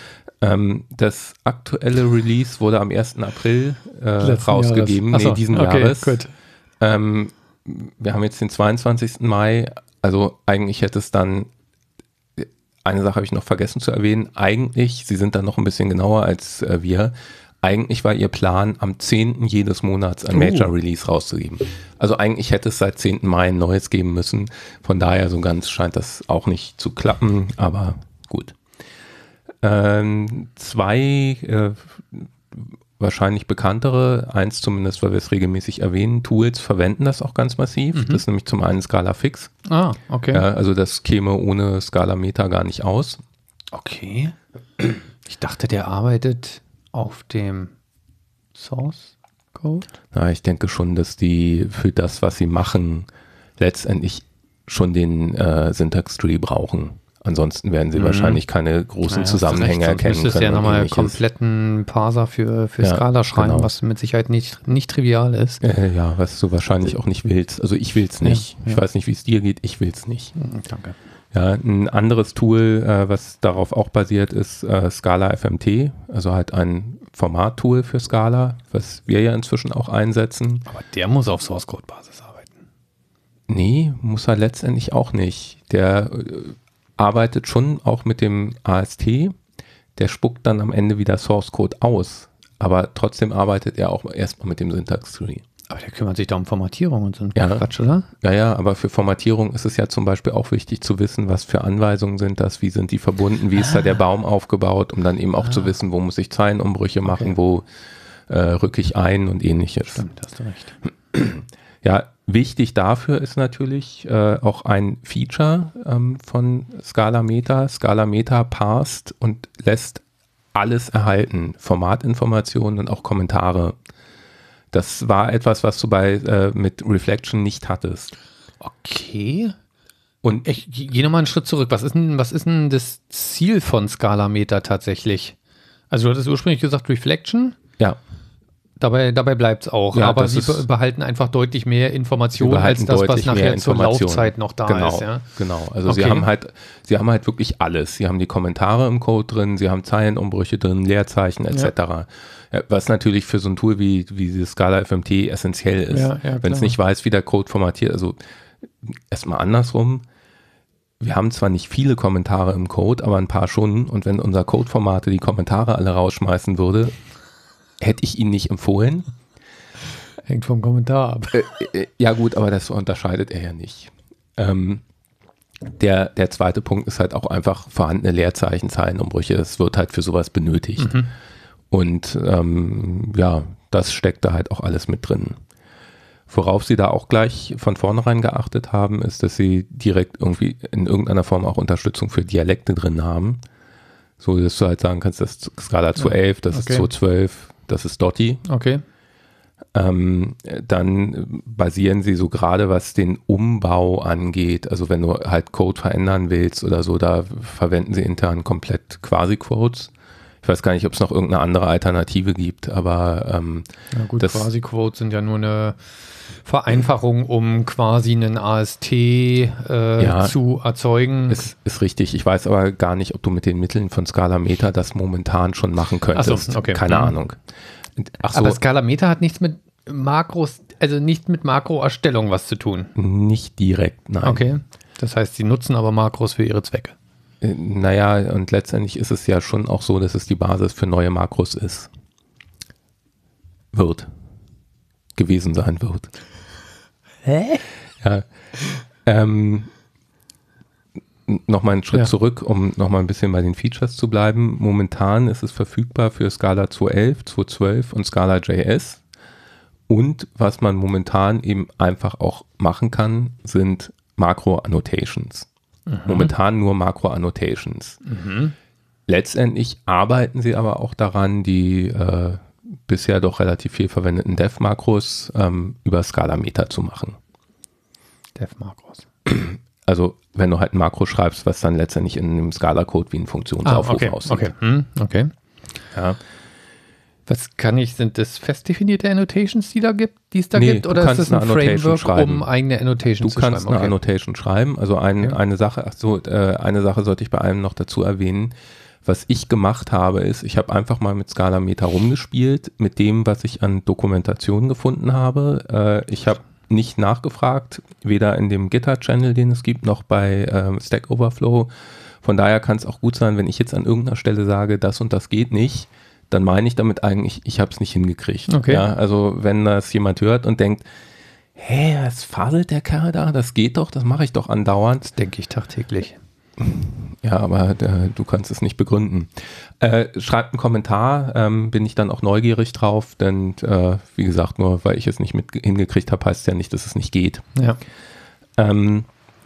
Ähm, das aktuelle Release wurde am ersten April äh, rausgegeben, nee, diesen okay, Jahres. Gut. Ähm, wir haben jetzt den zweiundzwanzigsten Mai, also eigentlich hätte es dann, eine Sache habe ich noch vergessen zu erwähnen, eigentlich, sie sind dann noch ein bisschen genauer als äh, wir, eigentlich war ihr Plan, am zehnten jedes Monats ein Major Release rauszugeben. Also eigentlich hätte es seit zehnten Mai ein neues geben müssen. Von daher so ganz scheint das auch nicht zu klappen, aber gut. Ähm, zwei äh, wahrscheinlich bekanntere, eins zumindest, weil wir es regelmäßig erwähnen, Tools verwenden das auch ganz massiv. Mhm. Das ist nämlich zum einen Scala Fix. Ah, okay. Ja, also das käme ohne Scala Meta gar nicht aus. Okay. Ich dachte, der arbeitet auf dem Source Code. Ja, ich denke schon, dass die für das, was sie machen, letztendlich schon den äh, Syntax-Tree brauchen. Ansonsten werden sie mhm. wahrscheinlich keine großen naja, Zusammenhänge recht, erkennen können. Du müsstest ja nochmal einen kompletten Parser für, für ja, Scala schreiben, genau. was mit Sicherheit nicht, nicht trivial ist. Äh, ja, was du wahrscheinlich auch nicht willst. Also ich will es nicht. Ja, ja. Ich weiß nicht, wie es dir geht. Ich will es nicht. Danke. Ja, ein anderes Tool, äh, was darauf auch basiert, ist äh, Scala F M T, also halt ein Formattool für Scala, was wir ja inzwischen auch einsetzen. Aber der muss auf Source-Code-Basis arbeiten. Nee, muss er letztendlich auch nicht. Der äh, arbeitet schon auch mit dem A S T, der spuckt dann am Ende wieder Source-Code aus, aber trotzdem arbeitet er auch erstmal mit dem Syntax-Tree. Aber der kümmert sich da um Formatierung und so ein ja. Quatsch, oder? Ja, ja, aber für Formatierung ist es ja zum Beispiel auch wichtig zu wissen, was für Anweisungen sind das, wie sind die verbunden, wie ist ah. da der Baum aufgebaut, um dann eben auch ah. zu wissen, wo muss ich Zeilenumbrüche machen, okay. wo äh, rücke ich ein und ähnliches. Stimmt, hast du recht. Ja, wichtig dafür ist natürlich äh, auch ein Feature ähm, von Scala Meta. Scala Meta parst und lässt alles erhalten, Formatinformationen und auch Kommentare. Das war etwas, was du bei äh, mit Reflection nicht hattest. Okay. Und ich gehe nochmal einen Schritt zurück. Was ist denn, was ist denn das Ziel von Scala Meta tatsächlich? Also du hattest ursprünglich gesagt Reflection. Ja. Dabei, dabei bleibt es auch. Ja, aber sie be- behalten einfach deutlich mehr Informationen als das, was nachher zur Laufzeit noch da genau, ist. Ja? Genau. Also okay. sie haben halt, sie haben halt wirklich alles. Sie haben die Kommentare im Code drin, sie haben Zeilenumbrüche drin, Leerzeichen et cetera. Ja. Was natürlich für so ein Tool wie, wie dieses Scala F M T essentiell ist. Ja, ja, wenn es nicht weiß, wie der Code formatiert. Also erstmal andersrum. Wir haben zwar nicht viele Kommentare im Code, aber ein paar schon. Und wenn unser Codeformate die Kommentare alle rausschmeißen würde, hätte ich ihn nicht empfohlen. Hängt vom Kommentar ab. Äh, äh, ja gut, aber das unterscheidet er ja nicht. Ähm, der, der zweite Punkt ist halt auch einfach vorhandene Leerzeichen, Zeilenumbrüche. Es wird halt für sowas benötigt. Mhm. Und ähm, ja, das steckt da halt auch alles mit drin. Worauf sie da auch gleich von vornherein geachtet haben, ist, dass sie direkt irgendwie in irgendeiner Form auch Unterstützung für Dialekte drin haben. So, dass du halt sagen kannst, das ist Scala zwei elf, das okay. ist zwei zwölf, das ist Dotty. Okay. Ähm, dann basieren sie so gerade, was den Umbau angeht, also wenn du halt Code verändern willst oder so, da verwenden sie intern komplett Quasi-Quotes. Ich weiß gar nicht, ob es noch irgendeine andere Alternative gibt, aber ähm, ja gut, Quasi-Quotes sind ja nur eine Vereinfachung, um quasi einen A S T äh, ja, zu erzeugen. Ist, ist richtig. Ich weiß aber gar nicht, ob du mit den Mitteln von Scala Meta das momentan schon machen könntest. Ach so, okay. Keine mhm. Ahnung. Ach so. Aber Scala Meta hat nichts mit Makros, also nicht mit Makroerstellung was zu tun. Nicht direkt, nein. Okay. Das heißt, sie nutzen aber Makros für ihre Zwecke. Naja, und letztendlich ist es ja schon auch so, dass es die Basis für neue Makros ist. Wird. Gewesen sein wird. Hä? Ja. Ähm, Nochmal einen Schritt ja. zurück, um nochmal ein bisschen bei den Features zu bleiben. Momentan ist es verfügbar für Scala zwei elf, zwei zwölf und Scala J S. Und was man momentan eben einfach auch machen kann, sind Makro-Annotations. Mhm. Momentan nur Makro-Annotations. Mhm. Letztendlich arbeiten sie aber auch daran, die äh, bisher doch relativ viel verwendeten Dev-Makros ähm, über Scala Meta zu machen. Dev-Makros. Also wenn du halt ein Makro schreibst, was dann letztendlich in einem Scala-Code wie ein Funktionsaufruf ah, okay, aussieht. Okay, hm, okay. Ja. Was kann ich, sind das fest definierte Annotations, die da gibt, die es da nee, gibt? Oder ist das ein Framework, schreiben. um eigene Annotations zu schreiben? Du kannst eine okay. Annotation schreiben. Also ein, okay. eine Sache, ach so, äh, eine Sache sollte ich bei einem noch dazu erwähnen. Was ich gemacht habe, ist, ich habe einfach mal mit Scala Meta rumgespielt, mit dem, was ich an Dokumentation gefunden habe. Äh, ich habe nicht nachgefragt, weder in dem GitHub-Channel, den es gibt, noch bei ähm, Stack Overflow. Von daher kann es auch gut sein, wenn ich jetzt an irgendeiner Stelle sage, das und das geht nicht, dann meine ich damit eigentlich, ich habe es nicht hingekriegt. Okay. Ja, also wenn das jemand hört und denkt, hä, was faselt der Kerl da? Das geht doch, das mache ich doch andauernd. Das denke ich tagtäglich. Ja, aber äh, du kannst es nicht begründen. Äh, schreibt einen Kommentar, ähm, bin ich dann auch neugierig drauf, denn äh, wie gesagt, nur weil ich es nicht mit hingekriegt habe, heißt ja nicht, dass es nicht geht. Ja. Ähm,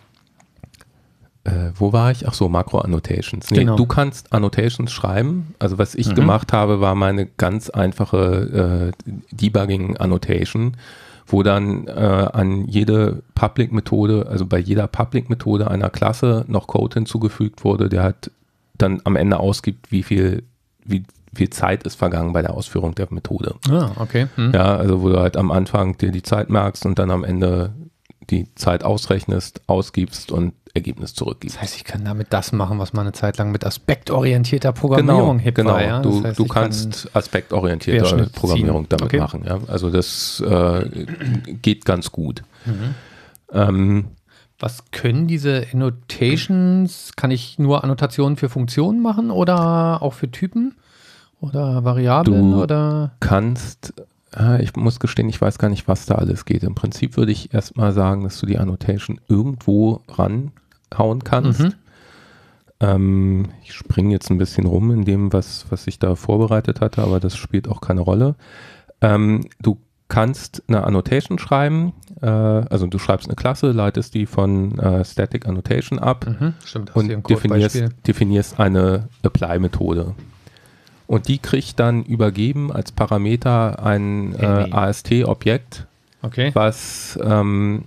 äh, wo war ich? Ach so, Makro-Annotations. Nee, Genau. du kannst Annotations schreiben. Also was ich Mhm. gemacht habe, war meine ganz einfache äh, Debugging-Annotation, wo dann äh, an jede Public-Methode, also bei jeder Public-Methode einer Klasse noch Code hinzugefügt wurde, der halt dann am Ende ausgibt, wie viel, wie viel Zeit ist vergangen bei der Ausführung der Methode. Ah, okay. Hm. Ja, also wo du halt am Anfang dir die Zeit merkst und dann am Ende die Zeit ausrechnest, ausgibst und Ergebnis zurückgibst. Das heißt, ich kann damit das machen, was man eine Zeit lang mit aspektorientierter Programmierung hip genau. war. Ja? Du, das heißt, du ich kannst kann aspektorientierte Querschnitt Programmierung ziehen. damit Okay. machen. Ja? Also das äh, geht ganz gut. Mhm. Ähm, Was können diese Annotations? Kann ich nur Annotationen für Funktionen machen oder auch für Typen oder Variablen Du oder? kannst, äh, ich muss gestehen, ich weiß gar nicht, was da alles geht. Im Prinzip würde ich erstmal sagen, dass du die Annotation irgendwo ranhauen kannst. Mhm. Ähm, ich springe jetzt ein bisschen rum in dem, was, was ich da vorbereitet hatte, aber das spielt auch keine Rolle. Ähm, du kannst eine Annotation schreiben, äh, also du schreibst eine Klasse, leitest die von äh, Static Annotation ab Mhm. Stimmt, hast du hier ein und definierst, Codebeispiel? definierst eine Apply-Methode. Und die kriegt dann übergeben als Parameter ein äh, Any. A S T-Objekt, Okay. was ähm,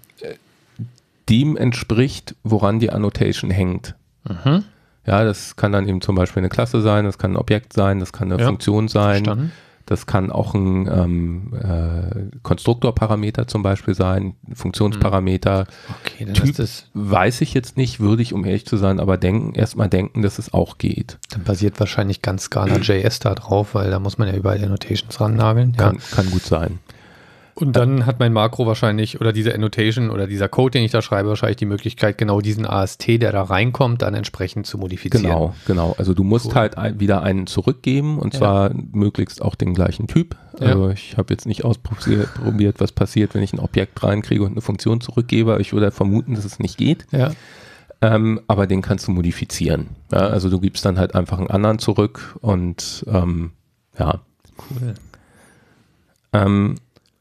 dem entspricht, woran die Annotation hängt. Mhm. Ja, das kann dann eben zum Beispiel eine Klasse sein, das kann ein Objekt sein, das kann eine Ja, Funktion sein, Verstanden. das kann auch ein ähm, äh, Konstruktorparameter zum Beispiel sein, ein Funktionsparameter. Okay, dann Typ ist das, weiß ich jetzt nicht, würde ich, um ehrlich zu sein, aber denken, erstmal denken, dass es auch geht. dann basiert wahrscheinlich ganz Scala J S da drauf, weil da muss man ja überall Annotations rannageln. Ja. Kann, kann gut sein. Und dann hat mein Makro wahrscheinlich, oder diese Annotation oder dieser Code, den ich da schreibe, wahrscheinlich die Möglichkeit, genau diesen A S T, der da reinkommt, dann entsprechend zu modifizieren. Genau, genau. Also du musst Cool. halt ein, wieder einen zurückgeben und Ja. zwar möglichst auch den gleichen Typ. Ja. Also ich habe jetzt nicht ausprobiert, was passiert, wenn ich ein Objekt reinkriege und eine Funktion zurückgebe. Aber ich würde vermuten, dass es nicht geht. Ja. Ähm, aber den kannst du modifizieren. Ja, also du gibst dann halt einfach einen anderen zurück und ähm, ja. Cool. Ähm,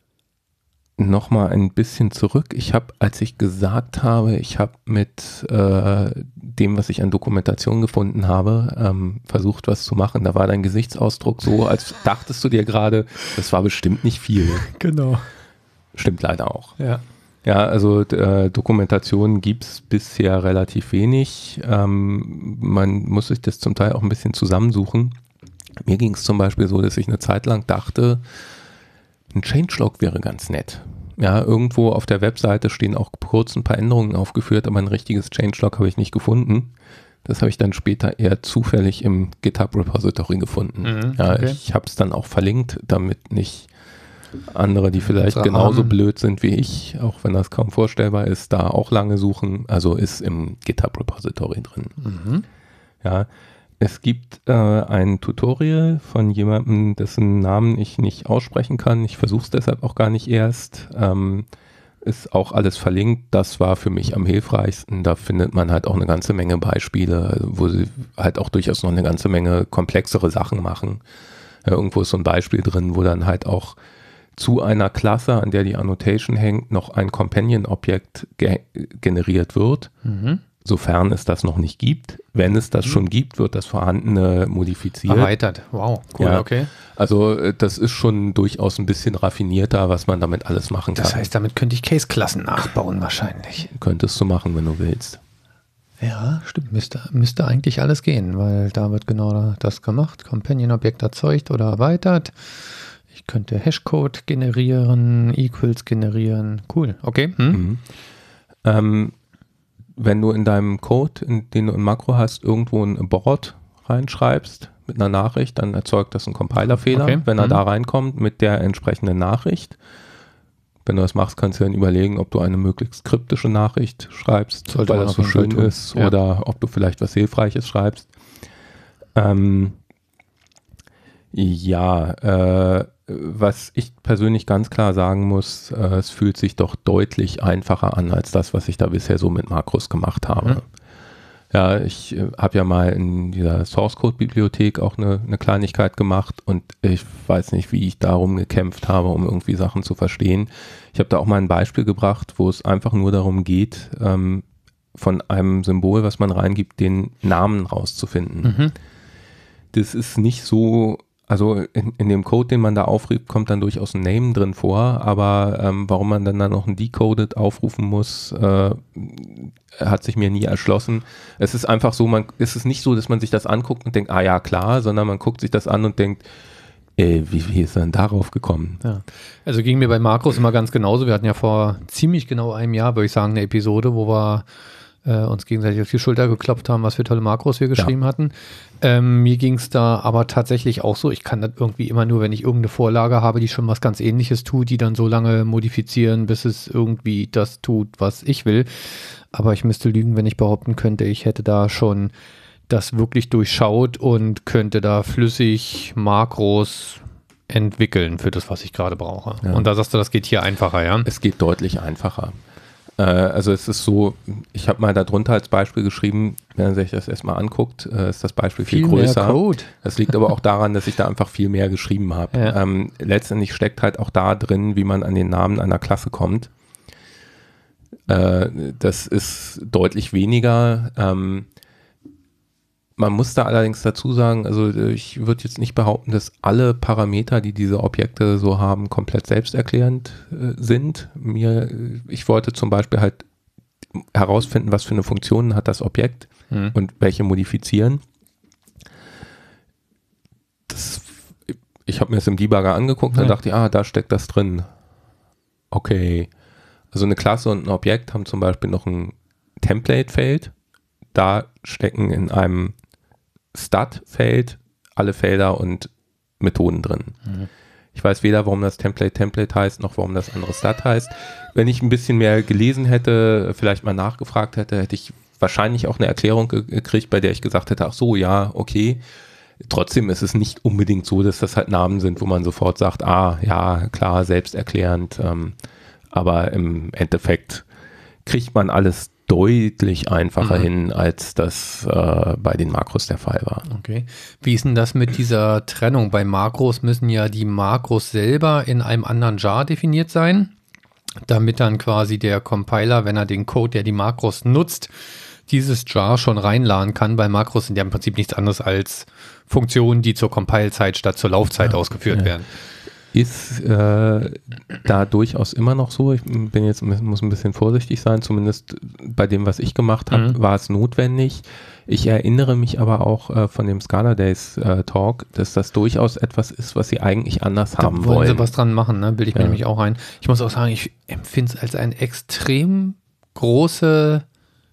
Nochmal ein bisschen zurück. Ich habe, als ich gesagt habe, ich habe mit äh, dem, was ich an Dokumentation gefunden habe, ähm, versucht, was zu machen. Da war dein Gesichtsausdruck so, als dachtest du dir gerade, das war bestimmt nicht viel. Genau. Stimmt leider auch. Ja. Ja, also äh, Dokumentationen gibt es bisher relativ wenig. Ähm, man muss sich das zum Teil auch ein bisschen zusammensuchen. Mir ging es zum Beispiel so, dass ich eine Zeit lang dachte, ein Changelog wäre ganz nett. Ja, irgendwo auf der Webseite stehen auch kurz ein paar Änderungen aufgeführt, aber ein richtiges Changelog habe ich nicht gefunden. Das habe ich dann später eher zufällig im GitHub-Repository gefunden. Mhm, ja, okay. ich habe es dann auch verlinkt, damit nicht andere, die vielleicht Unsere genauso Armen. blöd sind wie ich, auch wenn das kaum vorstellbar ist, da auch lange suchen. Also ist im GitHub-Repository drin. Mhm. Ja, es gibt äh, ein Tutorial von jemandem, dessen Namen ich nicht aussprechen kann. Ich versuche es deshalb auch gar nicht erst. Ähm, ist auch alles verlinkt. Das war für mich am hilfreichsten. Da findet man halt auch eine ganze Menge Beispiele, wo sie halt auch durchaus noch eine ganze Menge komplexere Sachen machen. Ja, irgendwo ist so ein Beispiel drin, wo dann halt auch zu einer Klasse, an der die Annotation hängt, noch ein Companion-Objekt ge generiert wird. Mhm. Sofern es das noch nicht gibt. Wenn es das schon gibt, wird das Vorhandene modifiziert. Erweitert. Wow, cool, Ja. okay. Also äh, das ist schon durchaus ein bisschen raffinierter, was man damit alles machen kann. Das heißt, damit könnte ich Case-Klassen nachbauen wahrscheinlich. Könntest du machen, wenn du willst. Ja, stimmt. Müsste, müsste eigentlich alles gehen, weil da wird genau das gemacht. Companion-Objekt erzeugt oder erweitert. Ich könnte Hashcode generieren, Equals generieren. Cool, okay. Hm? Mhm. Ähm, wenn du in deinem Code, in den du ein Makro hast, irgendwo ein Abort reinschreibst mit einer Nachricht, dann erzeugt das einen Compilerfehler, Okay. wenn er Mhm. da reinkommt mit der entsprechenden Nachricht. Wenn du das machst, kannst du dann überlegen, ob du eine möglichst kryptische Nachricht schreibst, Sollte weil man das auf so jeden Fall schön tun. ist, Ja. oder ob du vielleicht was Hilfreiches schreibst. Ähm, Ja, äh, was ich persönlich ganz klar sagen muss, äh, es fühlt sich doch deutlich einfacher an als das, was ich da bisher so mit Makros gemacht habe. Mhm. Ja, ich äh, habe ja mal in dieser Source-Code-Bibliothek auch eine, eine Kleinigkeit gemacht und ich weiß nicht, wie ich darum gekämpft habe, um irgendwie Sachen zu verstehen. Ich habe da auch mal ein Beispiel gebracht, wo es einfach nur darum geht, ähm, von einem Symbol, was man reingibt, den Namen rauszufinden. Mhm. Das ist nicht so, also in, in dem Code, den man da aufruft, kommt dann durchaus ein Name drin vor, aber ähm, warum man dann, dann noch ein Decoded aufrufen muss, äh, hat sich mir nie erschlossen. Es ist einfach so, man, es ist nicht so, dass man sich das anguckt und denkt, ah ja, klar, sondern man guckt sich das an und denkt, ey, wie, wie ist er denn darauf gekommen? Ja. Also ging mir bei Makros immer ganz genauso. Wir hatten ja vor ziemlich genau einem Jahr, würde ich sagen, eine Episode, wo wir äh, uns gegenseitig auf die Schulter geklopft haben, was für tolle Makros wir geschrieben ja. hatten. Ähm, mir ging es da aber tatsächlich auch so, ich kann das irgendwie immer nur, wenn ich irgendeine Vorlage habe, die schon was ganz Ähnliches tut, die dann so lange modifizieren, bis es irgendwie das tut, was ich will. Aber ich müsste lügen, wenn ich behaupten könnte, ich hätte da schon das wirklich durchschaut und könnte da flüssig Makros entwickeln für das, was ich gerade brauche. Ja. Und da sagst du, das geht hier einfacher, ja? Es geht deutlich einfacher. Äh, also es ist so, ich habe mal darunter als Beispiel geschrieben, wenn man sich das erstmal anguckt, äh, ist das Beispiel viel, viel größer. Mehr Code. Das liegt aber auch daran, dass ich da einfach viel mehr geschrieben habe. Ja. Ähm, letztendlich steckt halt auch da drin, wie man an den Namen einer Klasse kommt. Äh, das ist deutlich weniger. Ähm, Man muss da allerdings dazu sagen, also ich würde jetzt nicht behaupten, dass alle Parameter, die diese Objekte so haben, komplett selbsterklärend äh, sind. Mir, ich wollte zum Beispiel halt herausfinden, was für eine Funktion hat das Objekt mhm. und welche modifizieren. Das, ich habe mir das im Debugger angeguckt und ja. dann dachte ich, ah, da steckt das drin. Okay. Also eine Klasse und ein Objekt haben zum Beispiel noch ein Template-Feld. Da stecken in einem Stat-Feld alle Felder und Methoden drin. Mhm. Ich weiß weder, warum das Template Template heißt, noch warum das andere Stat heißt. Wenn ich ein bisschen mehr gelesen hätte, vielleicht mal nachgefragt hätte, hätte ich wahrscheinlich auch eine Erklärung gekriegt, bei der ich gesagt hätte, ach so, ja, okay. Trotzdem ist es nicht unbedingt so, dass das halt Namen sind, wo man sofort sagt, ah, ja, klar, selbsterklärend. Ähm, aber im Endeffekt kriegt man alles deutlich einfacher mhm. hin, als das äh, bei den Makros der Fall war. Okay. Wie ist denn das mit dieser Trennung? Bei Makros müssen ja die Makros selber in einem anderen Jar definiert sein, damit dann quasi der Compiler, wenn er den Code, der die Makros nutzt, dieses Jar schon reinladen kann, weil Makros sind ja im Prinzip nichts anderes als Funktionen, die zur Compile-Zeit statt zur Laufzeit ja, ausgeführt ja. werden. Ist äh, da durchaus immer noch so. Ich bin jetzt, muss ein bisschen vorsichtig sein, zumindest bei dem, was ich gemacht habe, mhm. war es notwendig. Ich erinnere mich aber auch äh, von dem Scala Days äh, Talk, dass das durchaus etwas ist, was sie eigentlich anders da haben wollen. Wollen sie was dran machen, ne? Bilde ich ja. mir nämlich auch ein. Ich muss auch sagen, ich empfinde es als eine extrem große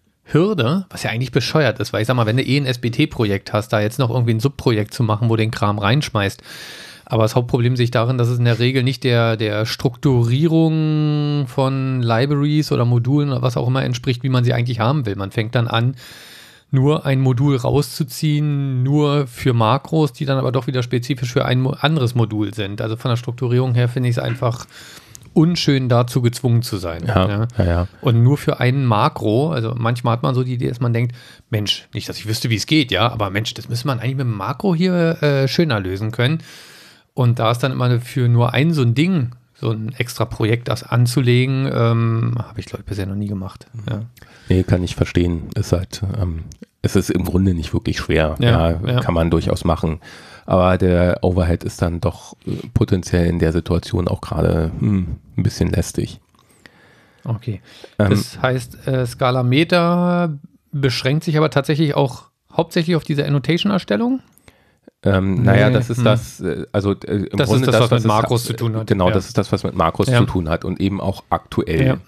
Hürde, was ja eigentlich bescheuert ist, weil ich sag mal, wenn du eh ein S B T-Projekt hast, da jetzt noch irgendwie ein Subprojekt zu machen, wo du den Kram reinschmeißt. Aber das Hauptproblem sehe ich darin, dass es in der Regel nicht der, der Strukturierung von Libraries oder Modulen oder was auch immer entspricht, wie man sie eigentlich haben will. Man fängt dann an, nur ein Modul rauszuziehen, nur für Makros, die dann aber doch wieder spezifisch für ein anderes Modul sind. Also von der Strukturierung her finde ich es einfach unschön, dazu gezwungen zu sein. Ja, ja. Ja, ja. Und nur für einen Makro, also manchmal hat man so die Idee, dass man denkt, Mensch, nicht, dass ich wüsste, wie es geht, ja, aber Mensch, das müsste man eigentlich mit dem Makro hier äh, schöner lösen können. Und da ist dann immer für nur ein so ein Ding, so ein extra Projekt, das anzulegen, ähm, habe ich, glaube ich, bisher noch nie gemacht. Ja. Nee, kann ich verstehen. Ist halt, ähm, es ist im Grunde nicht wirklich schwer. Ja, ja, ja. Kann man durchaus machen. Aber der Overhead ist dann doch äh, potenziell in der Situation auch gerade hm, ein bisschen lästig. Okay. Ähm, das heißt, äh, Scala Meta beschränkt sich aber tatsächlich auch hauptsächlich auf diese Annotation-Erstellung? Ähm, nee, naja, das ist hm. das, also äh, im das Grunde ist das, was, was mit Makros zu tun hat. Genau, ja. das ist das, was mit Makros ja. zu tun hat und eben auch aktuell. Ja,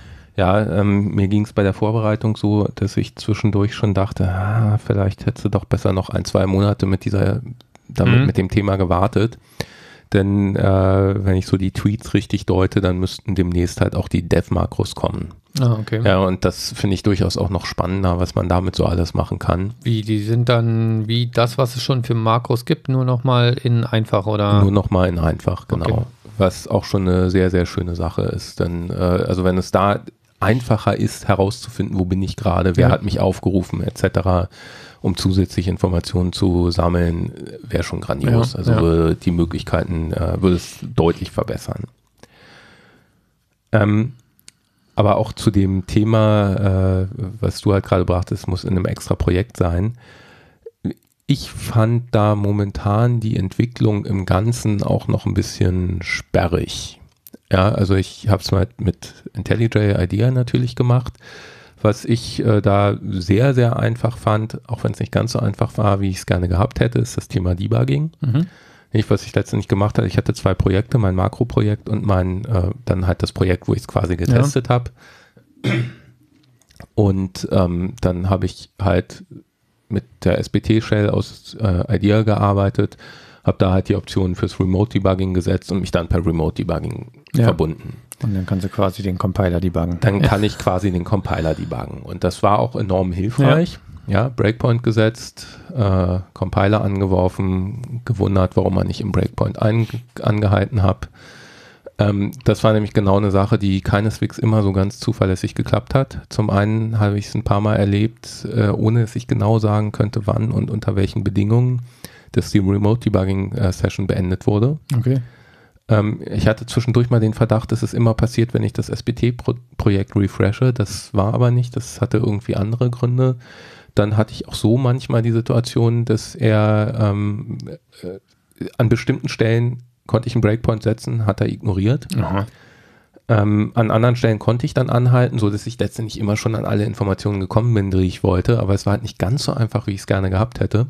ja ähm, mir ging es bei der Vorbereitung so, dass ich zwischendurch schon dachte, ah, vielleicht hättest du doch besser noch ein, zwei Monate mit dieser, damit mhm. mit dem Thema gewartet. Denn äh, wenn ich so die Tweets richtig deute, dann müssten demnächst halt auch die Dev-Makros kommen. Ah, okay. Ja, und das finde ich durchaus auch noch spannender, was man damit so alles machen kann. Wie, die sind dann wie das, was es schon für Makros gibt, nur nochmal in einfach, oder? Nur nochmal in einfach, genau. Okay. Was auch schon eine sehr, sehr schöne Sache ist. Denn, äh, also wenn es da einfacher ist, herauszufinden, wo bin ich gerade, wer Ja. hat mich aufgerufen, et cetera, um zusätzliche Informationen zu sammeln, wäre schon grandios. Ja, also ja. würde die Möglichkeiten äh, würde es deutlich verbessern. Ähm, aber auch zu dem Thema, äh, was du halt gerade brachtest, muss in einem extra Projekt sein. Ich fand da momentan die Entwicklung im Ganzen auch noch ein bisschen sperrig. Ja, also ich habe es mal mit IntelliJ IDEA natürlich gemacht. Was ich äh, da sehr, sehr einfach fand, auch wenn es nicht ganz so einfach war, wie ich es gerne gehabt hätte, ist das Thema Debugging. Mhm. Ich, was ich letztendlich gemacht habe, ich hatte zwei Projekte, mein Makro-Projekt und mein, äh, dann halt das Projekt, wo ich es quasi getestet ja. habe. Und ähm, dann habe ich halt mit der S B T-Shell aus äh, IDEA gearbeitet, habe da halt die Optionen fürs Remote-Debugging gesetzt und mich dann per Remote-Debugging ja. verbunden. Und dann kannst du quasi den Compiler debuggen. Dann kann ich quasi den Compiler debuggen. Und das war auch enorm hilfreich. Ja, ja Breakpoint gesetzt, äh, Compiler angeworfen, gewundert, warum man nicht im Breakpoint ein, angehalten hat. Ähm, das war nämlich genau eine Sache, die keineswegs immer so ganz zuverlässig geklappt hat. Zum einen habe ich es ein paar Mal erlebt, äh, ohne dass ich genau sagen könnte, wann und unter welchen Bedingungen, dass die Remote-Debugging-Session beendet wurde. Okay. Ähm, ich hatte zwischendurch mal den Verdacht, dass es immer passiert, wenn ich das S B T-Projekt refreshe. Das war aber nicht, das hatte irgendwie andere Gründe. Dann hatte ich auch so manchmal die Situation, dass er ähm, äh, an bestimmten Stellen konnte ich einen Breakpoint setzen, hat er ignoriert. Ähm, an anderen Stellen konnte ich dann anhalten, so dass ich letztendlich immer schon an alle Informationen gekommen bin, die ich wollte, aber es war halt nicht ganz so einfach, wie ich es gerne gehabt hätte.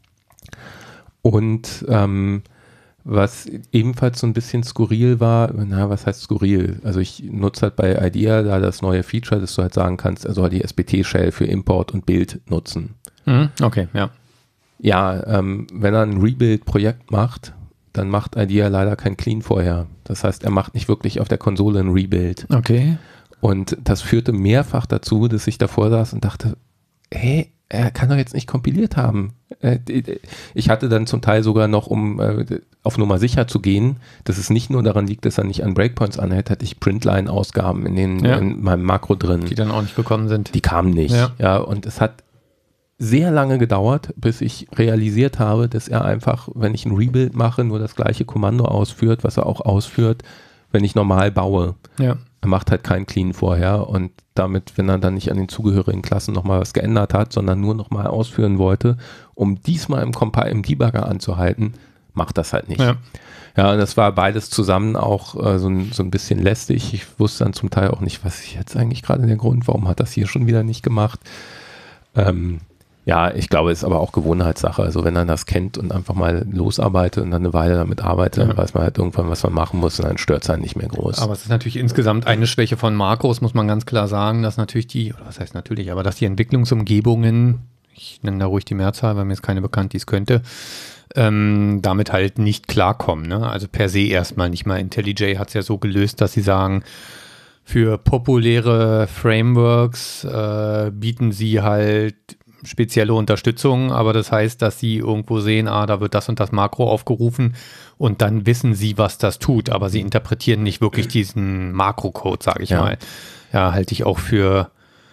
Und ähm, was ebenfalls so ein bisschen skurril war, na, was heißt skurril? Also ich nutze halt bei IDEA da das neue Feature, dass du halt sagen kannst, er soll die S B T-Shell für Import und Bild nutzen. Mhm, okay, ja. Ja, ähm, wenn er ein Rebuild-Projekt macht, dann macht IDEA leider kein Clean vorher. Das heißt, er macht nicht wirklich auf der Konsole ein Rebuild. Okay. Und das führte mehrfach dazu, dass ich davor saß und dachte, hey, er kann doch jetzt nicht kompiliert haben. Ich hatte dann zum Teil sogar noch, um auf Nummer sicher zu gehen, dass es nicht nur daran liegt, dass er nicht an Breakpoints anhält, hatte ich Printline-Ausgaben in, den, ja. in meinem Makro drin. Die dann auch nicht gekommen sind. Die kamen nicht. Ja. Ja, und es hat sehr lange gedauert, bis ich realisiert habe, dass er einfach, wenn ich ein Rebuild mache, nur das gleiche Kommando ausführt, was er auch ausführt, wenn ich normal baue. Ja. Er macht halt kein Clean vorher und damit, wenn er dann nicht an den zugehörigen Klassen nochmal was geändert hat, sondern nur nochmal ausführen wollte, um diesmal im Compi- im Debugger anzuhalten, macht das halt nicht. Ja, ja und das war beides zusammen auch äh, so, ein, so ein bisschen lästig. Ich wusste dann zum Teil auch nicht, was ist jetzt eigentlich gerade der Grund, warum hat das hier schon wieder nicht gemacht. Ähm, Ja, ich glaube, es ist aber auch Gewohnheitssache. Also wenn man das kennt und einfach mal losarbeitet und dann eine Weile damit arbeitet, ja. dann weiß man halt irgendwann, was man machen muss und dann stört es einen nicht mehr groß. Aber es ist natürlich insgesamt eine Schwäche von Makros, muss man ganz klar sagen, dass natürlich die, oder was heißt natürlich, aber dass die Entwicklungsumgebungen, ich nenne da ruhig die Mehrzahl, weil mir ist keine bekannt, die es könnte, ähm, damit halt nicht klarkommen. Ne? Also per se erstmal nicht mal. IntelliJ hat es ja so gelöst, dass sie sagen, für populäre Frameworks äh, bieten sie halt spezielle Unterstützung, aber das heißt, dass sie irgendwo sehen, ah, da wird das und das Makro aufgerufen und dann wissen sie, was das tut, aber sie interpretieren nicht wirklich diesen Makrocode, sage ich ja. mal. Ja, halte ich auch für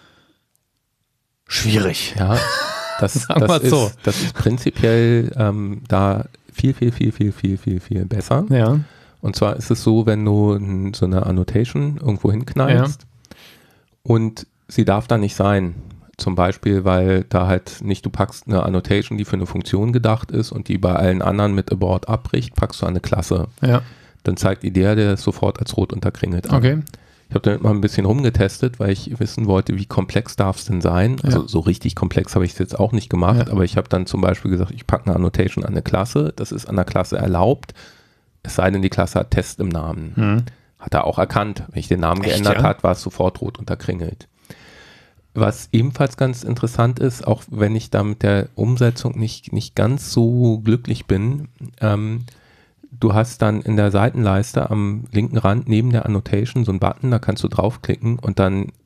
schwierig. Ja, das, das, ist, so. das ist prinzipiell ähm, da viel, viel, viel, viel, viel, viel, viel besser. Ja. Und zwar ist es so, wenn du n, so eine Annotation irgendwo hinknallst ja. und sie darf da nicht sein. Zum Beispiel, weil da halt nicht, du packst eine Annotation, die für eine Funktion gedacht ist und die bei allen anderen mit Abort abbricht, packst du eine Klasse. Ja. Dann zeigt IDEA dir das sofort als rot unterkringelt an. Okay. Ich habe damit mal ein bisschen rumgetestet, weil ich wissen wollte, wie komplex darf es denn sein. Also ja. so richtig komplex habe ich es jetzt auch nicht gemacht, ja. aber ich habe dann zum Beispiel gesagt, ich packe eine Annotation an eine Klasse, das ist an der Klasse erlaubt, es sei denn, die Klasse hat Test im Namen. Hm. Hat er auch erkannt. Wenn ich den Namen Echt, geändert ja? hat, war es sofort rot unterkringelt. Was ebenfalls ganz interessant ist, auch wenn ich da mit der Umsetzung nicht, nicht ganz so glücklich bin, ähm, du hast dann in der Seitenleiste am linken Rand neben der Annotation so einen Button, da kannst du draufklicken und dann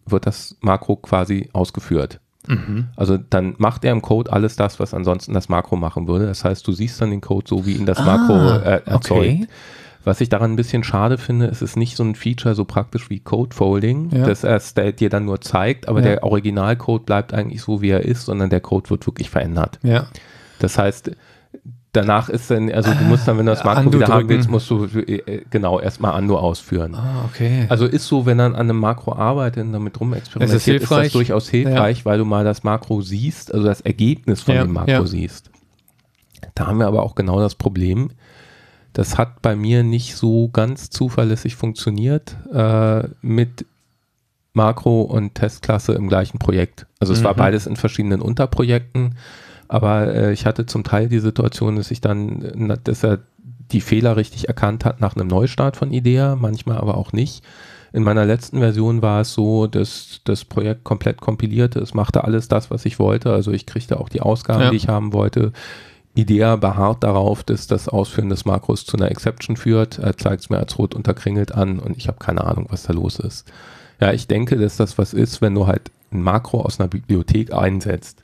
wird das Makro quasi ausgeführt. Mhm. Also dann macht er im Code alles das, was ansonsten das Makro machen würde. Das heißt, du siehst dann den Code so, wie ihn das Makro ah, äh, erzeugt. Okay. Was ich daran ein bisschen schade finde, ist es ist nicht so ein Feature so praktisch wie Code-Folding, Ja. das erst der dir dann nur zeigt, aber Ja. der Originalcode bleibt eigentlich so, wie er ist, sondern der Code wird wirklich verändert. Ja. Das heißt, danach ist dann, also du musst dann, wenn du das Makro Undo wieder haben drücken. willst, musst du äh, genau erstmal Undo ausführen. Ah, okay. Also ist so, wenn man an einem Makro arbeitet und damit rumexperimentiert, Es ist hilfreich. das durchaus hilfreich, weil du mal das Makro siehst, also das Ergebnis von Ja, dem Makro ja. siehst. Da haben wir aber auch genau das Problem, das hat bei mir nicht so ganz zuverlässig funktioniert äh, mit Makro und Testklasse im gleichen Projekt. Also es Mhm. war beides in verschiedenen Unterprojekten, aber äh, ich hatte zum Teil die Situation, dass ich dann, na, dass er die Fehler richtig erkannt hat nach einem Neustart von IDEA, manchmal aber auch nicht. In meiner letzten Version war es so, dass das Projekt komplett kompilierte, es machte alles das, was ich wollte, also ich kriegte auch die Ausgaben, Ja. die ich haben wollte. IDEA beharrt darauf, dass das Ausführen des Makros zu einer Exception führt. Er zeigt es mir als rot unterkringelt an und ich habe keine Ahnung, was da los ist. Ja, ich denke, dass das was ist, wenn du halt ein Makro aus einer Bibliothek einsetzt.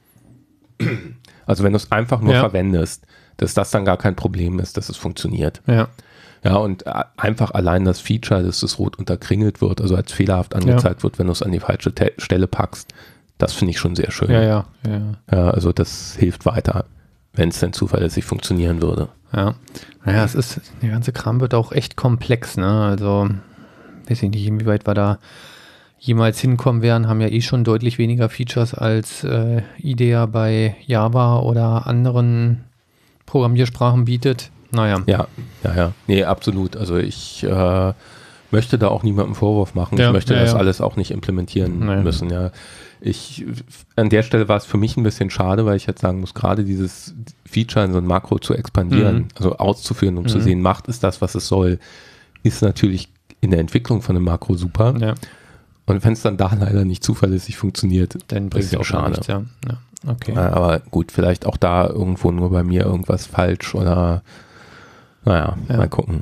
Also wenn du es einfach nur Ja. verwendest, dass das dann gar kein Problem ist, dass es funktioniert. Ja. Ja, und äh, einfach allein das Feature, dass es rot unterkringelt wird, also als fehlerhaft angezeigt wird, wenn du es an die falsche Te- Stelle packst, das finde ich schon sehr schön. Ja, ja, ja. Ja, also das hilft weiter, wenn es denn zuverlässig funktionieren würde. Ja. Naja, es ist, der ganze Kram wird auch echt komplex, ne? Also, weiß ich nicht, inwieweit wir da jemals hinkommen werden, haben ja eh schon deutlich weniger Features als äh, IDEA bei Java oder anderen Programmiersprachen bietet. Naja. Ja, ja, ja. Nee, absolut. Also ich äh, möchte da auch niemandem Vorwurf machen. Ja, ich möchte ja, das ja. alles auch nicht implementieren Nee. müssen, ja. Ich, an der Stelle war es für mich ein bisschen schade, weil ich jetzt sagen muss, gerade dieses Feature in so ein Makro zu expandieren, Mhm. also auszuführen, um zu Mhm. sehen, macht es das, was es soll, ist natürlich in der Entwicklung von einem Makro super. Ja, Und wenn es dann da leider nicht zuverlässig funktioniert, dann bringt es bisschen auch schade. nichts, ja. ja. Okay. äh, aber gut, vielleicht auch da irgendwo nur bei mir irgendwas falsch oder naja, Ja. mal gucken.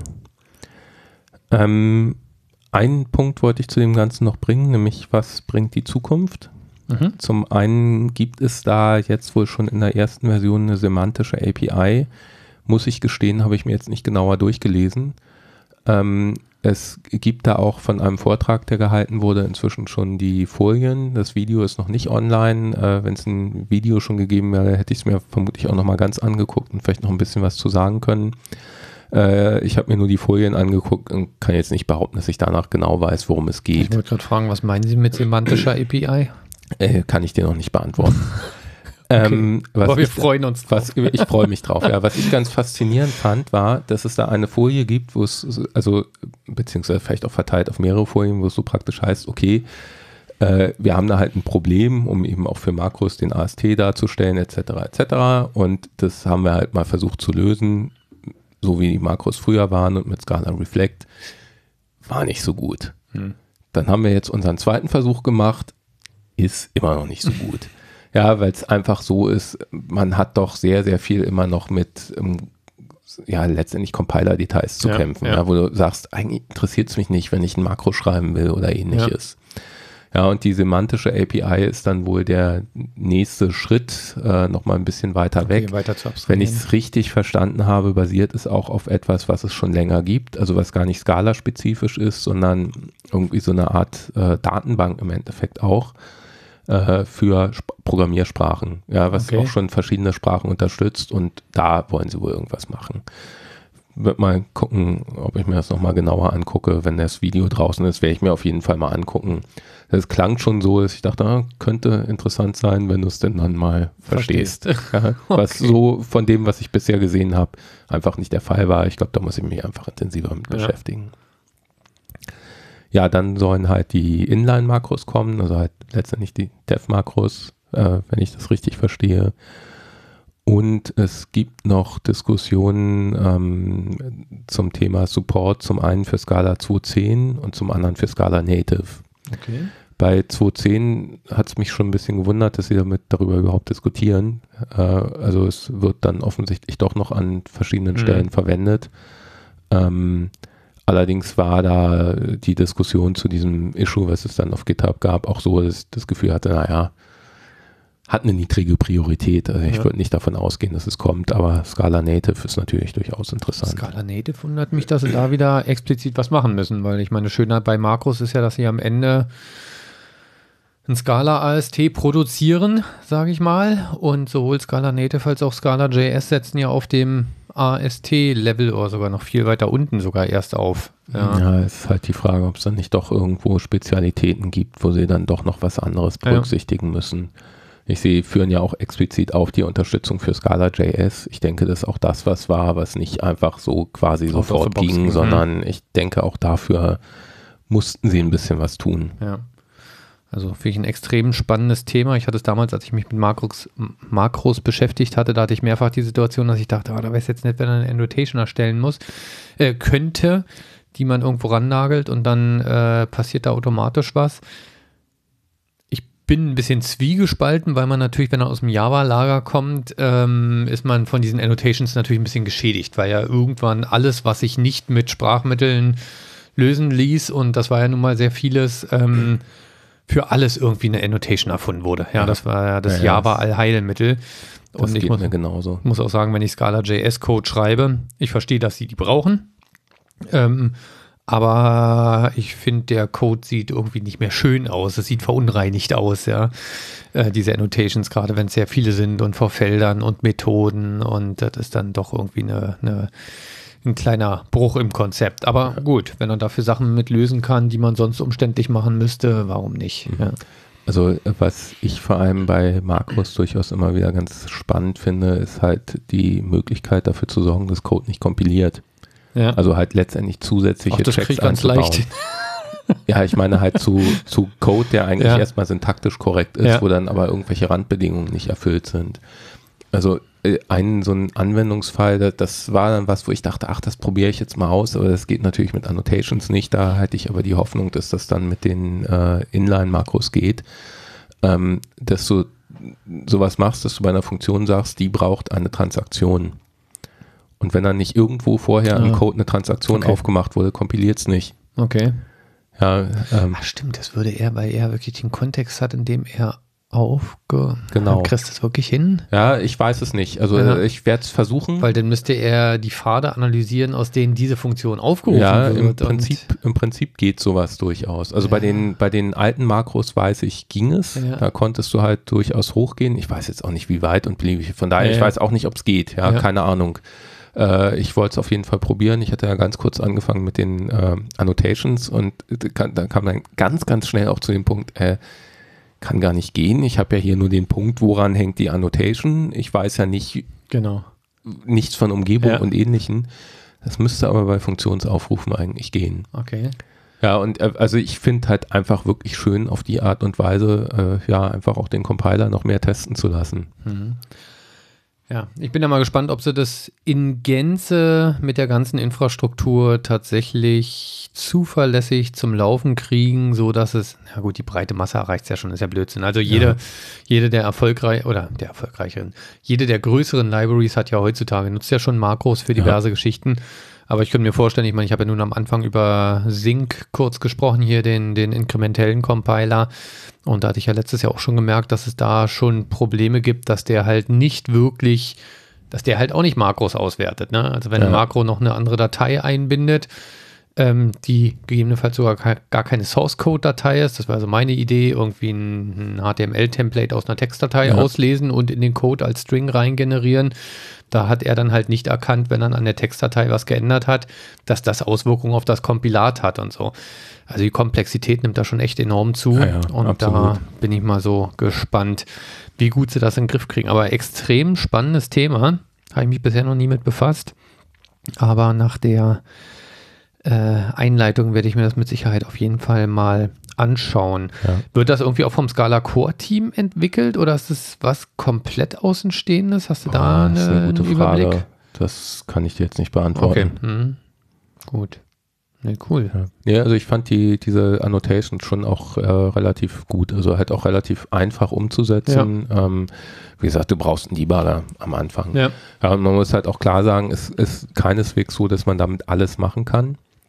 Ähm, einen Punkt wollte ich zu dem Ganzen noch bringen, nämlich was bringt die Zukunft? Mhm. Zum einen gibt es da jetzt wohl schon in der ersten Version eine semantische A P I. Muss ich gestehen, habe ich mir jetzt nicht genauer durchgelesen. Ähm, es gibt da auch von einem Vortrag, der gehalten wurde, inzwischen schon die Folien. Das Video ist noch nicht online. Äh, wenn es ein Video schon gegeben wäre, hätte ich es mir vermutlich auch noch mal ganz angeguckt und vielleicht noch ein bisschen was zu sagen können. Äh, ich habe mir nur die Folien angeguckt und kann jetzt nicht behaupten, dass ich danach genau weiß, worum es Ich geht. wollte gerade fragen, was meinen Sie mit semantischer A P I? Äh, kann ich dir noch nicht beantworten. ähm, was Aber wir ich, freuen uns drauf. was, ich freue mich drauf. Ja, was ich ganz faszinierend fand, war, dass es da eine Folie gibt, wo es, also beziehungsweise vielleicht auch verteilt auf mehrere Folien, wo es so praktisch heißt, okay, äh, wir haben da halt ein Problem, um eben auch für Makros den A S T darzustellen, et cetera, et cetera. Und das haben wir halt mal versucht zu lösen, so wie die Makros früher waren und mit Scala Reflect. War nicht so gut. Hm. Dann haben wir jetzt unseren zweiten Versuch gemacht, ist immer noch nicht so gut. Ja, weil es einfach so ist, man hat doch sehr, sehr viel immer noch mit, ähm, ja, letztendlich Compiler-Details zu Ja, kämpfen, ja. ja, wo du sagst, eigentlich interessiert es mich nicht, wenn ich ein Makro schreiben will oder ähnliches. Ja, und die semantische A P I ist dann wohl der nächste Schritt, äh, nochmal ein bisschen weiter weg. Okay, weiter zu Wenn abstrahieren. ich es richtig verstanden habe, basiert es auch auf etwas, was es schon länger gibt, also was gar nicht Scala-spezifisch ist, sondern irgendwie so eine Art äh, Datenbank im Endeffekt auch äh, für Sp- Programmiersprachen, ja, was Okay. auch schon verschiedene Sprachen unterstützt und da wollen sie wohl irgendwas machen. Wird mal gucken, ob ich mir das nochmal genauer angucke. Wenn das Video draußen ist, werde ich mir auf jeden Fall mal angucken. Das klang schon so, dass ich dachte, ah, könnte interessant sein, wenn du es denn dann mal verstehst. Ja, was Okay. so von dem, was ich bisher gesehen habe, einfach nicht der Fall war. Ich glaube, da muss ich mich einfach intensiver mit Ja. beschäftigen. Ja, dann sollen halt die Inline-Makros kommen, also halt letztendlich die Dev-Makros, äh, wenn ich das richtig verstehe. Und es gibt noch Diskussionen ähm, zum Thema Support, zum einen für Scala zwei Punkt zehn und zum anderen für Scala Native. Okay. Bei zwei Punkt zehn hat es mich schon ein bisschen gewundert, dass sie damit darüber überhaupt diskutieren. Äh, also es wird dann offensichtlich doch noch an verschiedenen Mhm. Stellen verwendet. Ähm, Allerdings war da die Diskussion zu diesem Issue, was es dann auf GitHub gab, auch so, dass ich das Gefühl hatte, naja, hat eine niedrige Priorität. Also ich ja. würde nicht davon ausgehen, dass es kommt, aber Scala Native ist natürlich durchaus interessant. Scala Native wundert mich, dass sie da wieder explizit was machen müssen, weil ich meine, Schönheit bei Makros ist ja, dass sie am Ende ein Scala A S T produzieren, sage ich mal, und sowohl Scala Native als auch Scala J S setzen ja auf dem A S T-Level oder sogar noch viel weiter unten sogar erst auf. Ja, ja, ist halt die Frage, ob es dann nicht doch irgendwo Spezialitäten gibt, wo sie dann doch noch was anderes berücksichtigen ja. müssen. Ich sehe, führen ja auch explizit auf die Unterstützung für Scala J S. Ich denke, das ist auch das, was war, was nicht einfach so quasi auf sofort ging, ging, sondern mhm. ich denke, auch dafür mussten sie ein bisschen was tun. Ja. Also finde ich ein extrem spannendes Thema. Ich hatte es damals, als ich mich mit Makros, Makros beschäftigt hatte, da hatte ich mehrfach die Situation, dass ich dachte, oh, da weiß jetzt nicht, wenn er eine Annotation erstellen muss, äh, könnte, die man irgendwo rannagelt und dann äh, passiert da automatisch was. Ich bin ein bisschen zwiegespalten, weil man natürlich, wenn er aus dem Java-Lager kommt, ähm, ist man von diesen Annotations natürlich ein bisschen geschädigt, weil ja irgendwann alles, was sich nicht mit Sprachmitteln lösen ließ, und das war ja nun mal sehr vieles, ähm, für alles irgendwie eine Annotation erfunden wurde. Ja, das war ja das ja, Java-Allheilmittel. Das und ich geht muss, mir genauso. muss auch sagen, wenn ich Scala J S-Code schreibe, ich verstehe, dass sie die brauchen, ähm, aber ich finde, der Code sieht irgendwie nicht mehr schön aus. Es sieht verunreinigt aus, ja. Äh, diese Annotations, gerade wenn es sehr viele sind und vor Feldern und Methoden, und das ist dann doch irgendwie eine, eine ein kleiner Bruch im Konzept. Aber gut, wenn er dafür Sachen mit lösen kann, die man sonst umständlich machen müsste, warum nicht? Mhm. Ja. Also was ich vor allem bei Makros durchaus immer wieder ganz spannend finde, ist halt die Möglichkeit dafür zu sorgen, dass Code nicht kompiliert. Ja. Also halt letztendlich zusätzliche Ach, das Checks ganz einzubauen. leicht. Ja, ich meine halt zu, zu Code, der eigentlich ja. erstmal syntaktisch korrekt ist, ja. wo dann aber irgendwelche Randbedingungen nicht erfüllt sind. Also ein so ein Anwendungsfall, das, das war dann was, wo ich dachte, ach, das probiere ich jetzt mal aus, aber das geht natürlich mit Annotations nicht. Da hatte ich aber die Hoffnung, dass das dann mit den äh, Inline-Makros geht, ähm, dass du sowas machst, dass du bei einer Funktion sagst, die braucht eine Transaktion. Und wenn dann nicht irgendwo vorher ah. im Code eine Transaktion okay. aufgemacht wurde, kompiliert es nicht. Okay. Ja, ähm, Ach, stimmt, das würde er, weil er wirklich den Kontext hat, in dem er aufge... Genau. Kriegst du das wirklich hin? Ja, ich weiß es nicht. Also ja. ich werde es versuchen. Weil dann müsste er die Pfade analysieren, aus denen diese Funktion aufgerufen ja, wird. Ja, im Prinzip, im Prinzip geht sowas durchaus. Also ja. bei den, bei den alten Makros, weiß ich, ging es. Ja. Da konntest du halt durchaus hochgehen. Ich weiß jetzt auch nicht, wie weit und beliebig. Von daher, ja, ich ja. weiß auch nicht, ob es geht. Ja, ja, keine Ahnung. Äh, ich wollte es auf jeden Fall probieren. Ich hatte ja ganz kurz angefangen mit den äh, Annotations und da kam dann ganz, ganz schnell auch zu dem Punkt, äh, kann gar nicht gehen. Ich habe ja hier nur den Punkt, woran hängt die Annotation. Ich weiß ja nicht, genau. nichts von Umgebung ja. und Ähnlichem. Das müsste aber bei Funktionsaufrufen eigentlich gehen. Okay. Ja, und äh, also ich finde halt einfach wirklich schön, auf die Art und Weise, äh, ja, einfach auch den Compiler noch mehr testen zu lassen. Mhm. Ja, ich bin ja mal gespannt, ob sie das in Gänze mit der ganzen Infrastruktur tatsächlich zuverlässig zum Laufen kriegen, so dass es, na gut, die breite Masse erreicht es ja schon, ist ja Blödsinn. Also jede, ja. jede der erfolgreich oder der erfolgreicheren, jede der größeren Libraries hat ja heutzutage, nutzt ja schon Makros für diverse ja. Geschichten. Aber ich könnte mir vorstellen, ich meine, ich habe ja nun am Anfang über Sync kurz gesprochen, hier den, den inkrementellen Compiler. Und da hatte ich ja letztes Jahr auch schon gemerkt, dass es da schon Probleme gibt, dass der halt nicht wirklich, dass der halt auch nicht Makros auswertet. Ne? Also wenn ja. ein Makro noch eine andere Datei einbindet, ähm, die gegebenenfalls sogar ke- gar keine Source-Code-Datei ist, das war also meine Idee, irgendwie ein, ein H T M L-Template aus einer Textdatei ja. auslesen und in den Code als String reingenerieren. Da hat er dann halt nicht erkannt, wenn er an der Textdatei was geändert hat, dass das Auswirkungen auf das Kompilat hat und so. Also die Komplexität nimmt da schon echt enorm zu. Ja, ja, und absolut. Da bin ich mal so gespannt, wie gut sie das in den Griff kriegen. Aber extrem spannendes Thema. Habe ich mich bisher noch nie mit befasst. Aber nach der äh, Einleitung werde ich mir das mit Sicherheit auf jeden Fall mal anschauen. Ja. Wird das irgendwie auch vom Scala Core Team entwickelt oder ist das was komplett Außenstehendes? Hast du oh, da eine, eine gute einen Frage. Überblick? Das kann ich dir jetzt nicht beantworten. Okay, hm. gut. Nee, cool. Ja. ja, also ich fand die diese Annotation schon auch äh, relativ gut, also halt auch relativ einfach umzusetzen. Ja. Ähm, wie gesagt, du brauchst einen Debugger am Anfang. Ja. Ja, und man muss halt auch klar sagen, es ist keineswegs so, dass man damit alles machen kann.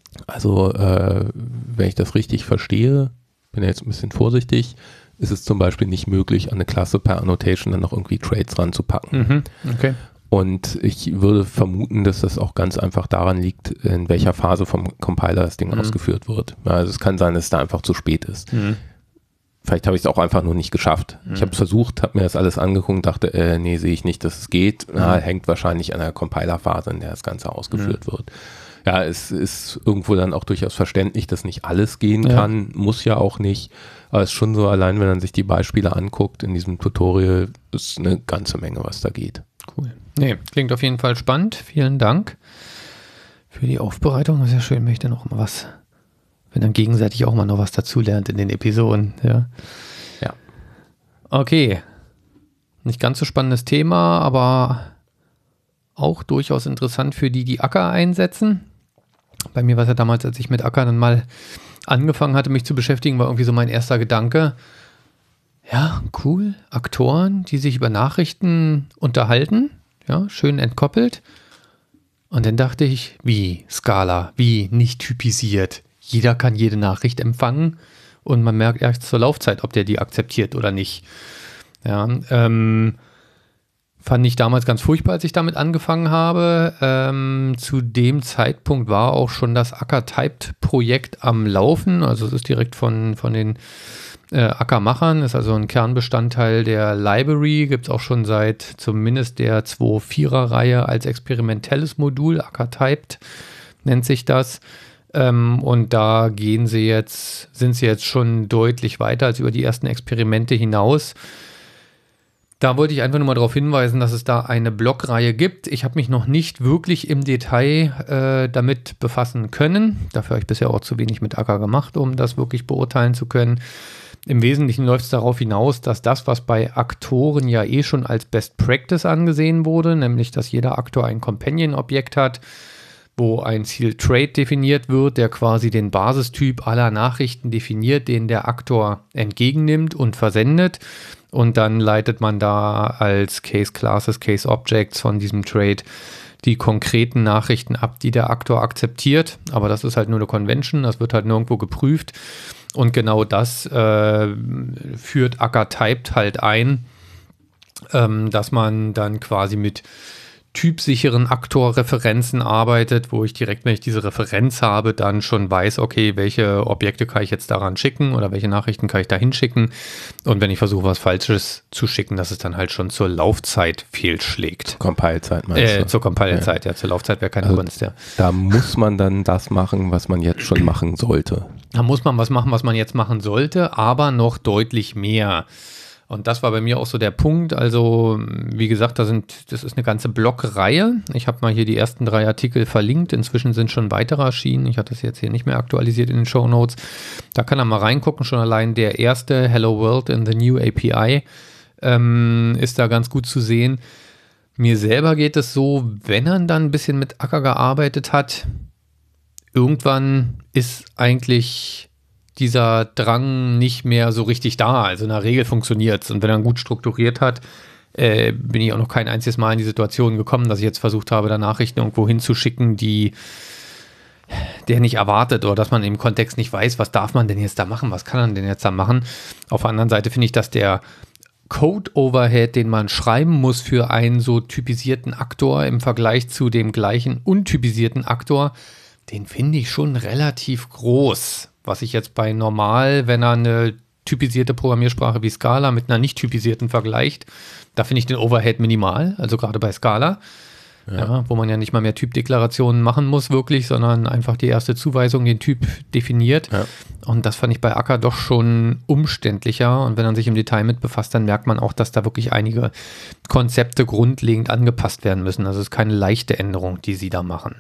Also, äh, wenn ich das richtig verstehe, bin ja jetzt ein bisschen vorsichtig, ist es zum Beispiel nicht möglich, an eine Klasse per Annotation dann noch irgendwie Traits ranzupacken. Mhm. Okay. Und ich würde vermuten, dass das auch ganz einfach daran liegt, in welcher Phase vom Compiler das Ding mhm. ausgeführt wird. Also es kann sein, dass es da einfach zu spät ist. Mhm. Vielleicht habe ich es auch einfach nur nicht geschafft. Mhm. Ich habe es versucht, habe mir das alles angeguckt, dachte, äh, nee, sehe ich nicht, dass es geht. Na, mhm. hängt wahrscheinlich an der Compiler-Phase, in der das Ganze ausgeführt mhm. wird. Ja, es ist irgendwo dann auch durchaus verständlich, dass nicht alles gehen ja. kann, muss ja auch nicht. Aber es ist schon so, allein wenn man sich die Beispiele anguckt in diesem Tutorial, ist eine ganze Menge, was da geht. Cool. Nee, klingt auf jeden Fall spannend. Vielen Dank für die Aufbereitung. Sehr schön, wenn ich dann auch mal was, wenn dann gegenseitig auch mal noch was dazulernt in den Episoden. Ja. Ja. Okay. Nicht ganz so spannendes Thema, aber auch durchaus interessant für die, die Acker einsetzen. Bei mir war es ja damals, als ich mit Acker dann mal angefangen hatte, mich zu beschäftigen, war irgendwie so mein erster Gedanke. Ja, cool, Aktoren, die sich über Nachrichten unterhalten, ja, schön entkoppelt. Und dann dachte ich, wie Scala, wie nicht typisiert. Jeder kann jede Nachricht empfangen und man merkt erst zur Laufzeit, ob der die akzeptiert oder nicht. Ja, ähm, fand ich damals ganz furchtbar, als ich damit angefangen habe. Ähm, zu dem Zeitpunkt war auch schon das Acker-Typed-Projekt am Laufen. Also es ist direkt von, von den äh, Acker-Machern, ist also ein Kernbestandteil der Library, gibt es auch schon seit zumindest der zwei Punkt vier er-Reihe als experimentelles Modul. Acker-Typed nennt sich das. Ähm, und da gehen sie jetzt, sind sie jetzt schon deutlich weiter als über die ersten Experimente hinaus. Da wollte ich einfach nur mal darauf hinweisen, dass es da eine Blogreihe gibt. Ich habe mich noch nicht wirklich im Detail äh, damit befassen können. Dafür habe ich bisher auch zu wenig mit Acker gemacht, um das wirklich beurteilen zu können. Im Wesentlichen läuft es darauf hinaus, dass das, was bei Aktoren ja eh schon als Best Practice angesehen wurde, nämlich dass jeder Aktor ein Companion-Objekt hat, wo ein Ziel-Trait definiert wird, der quasi den Basistyp aller Nachrichten definiert, den der Aktor entgegennimmt und versendet. Und dann leitet man da als Case-Classes, Case-Objects von diesem Trait die konkreten Nachrichten ab, die der Aktor akzeptiert. Aber das ist halt nur eine Convention, das wird halt nirgendwo geprüft. Und genau das äh, führt Acker-Typed halt ein, ähm, dass man dann quasi mit typsicheren Aktorreferenzen arbeitet, wo ich direkt, wenn ich diese Referenz habe, dann schon weiß, okay, welche Objekte kann ich jetzt daran schicken oder welche Nachrichten kann ich da hinschicken. Und wenn ich versuche, was Falsches zu schicken, dass es dann halt schon zur Laufzeit fehlschlägt. Compile-Zeit meinst äh, du? Zur Compile-Zeit, ja. ja. Zur Laufzeit wäre keine also Kunst, ja. Da muss man dann das machen, was man jetzt schon machen sollte. Da muss man was machen, was man jetzt machen sollte, aber noch deutlich mehr. Und das war bei mir auch so der Punkt. Also, wie gesagt, da sind, das ist eine ganze Blogreihe. Ich habe mal hier die ersten drei Artikel verlinkt. Inzwischen sind schon weitere erschienen. Ich hatte das jetzt hier nicht mehr aktualisiert in den Shownotes. Da kann er mal reingucken. Schon allein der erste, Hello World in the New A P I, ähm, ist da ganz gut zu sehen. Mir selber geht es so, wenn er dann ein bisschen mit Acker gearbeitet hat, irgendwann ist eigentlich dieser Drang nicht mehr so richtig da. Also in der Regel funktioniert es. Und wenn er gut strukturiert hat, äh, bin ich auch noch kein einziges Mal in die Situation gekommen, dass ich jetzt versucht habe, da Nachrichten irgendwo hinzuschicken, die der nicht erwartet oder dass man im Kontext nicht weiß, was darf man denn jetzt da machen, was kann man denn jetzt da machen. Auf der anderen Seite finde ich, dass der Code-Overhead, den man schreiben muss für einen so typisierten Aktor im Vergleich zu dem gleichen untypisierten Aktor, den finde ich schon relativ groß. Was ich jetzt bei normal, wenn er eine typisierte Programmiersprache wie Scala mit einer nicht typisierten vergleicht, da finde ich den Overhead minimal, also gerade bei Scala, ja. Ja, wo man ja nicht mal mehr Typdeklarationen machen muss wirklich, sondern einfach die erste Zuweisung den Typ definiert. Ja. Und das fand ich bei Acker doch schon umständlicher. Und wenn man sich im Detail mit befasst, dann merkt man auch, dass da wirklich einige Konzepte grundlegend angepasst werden müssen. Also es ist keine leichte Änderung, die sie da machen.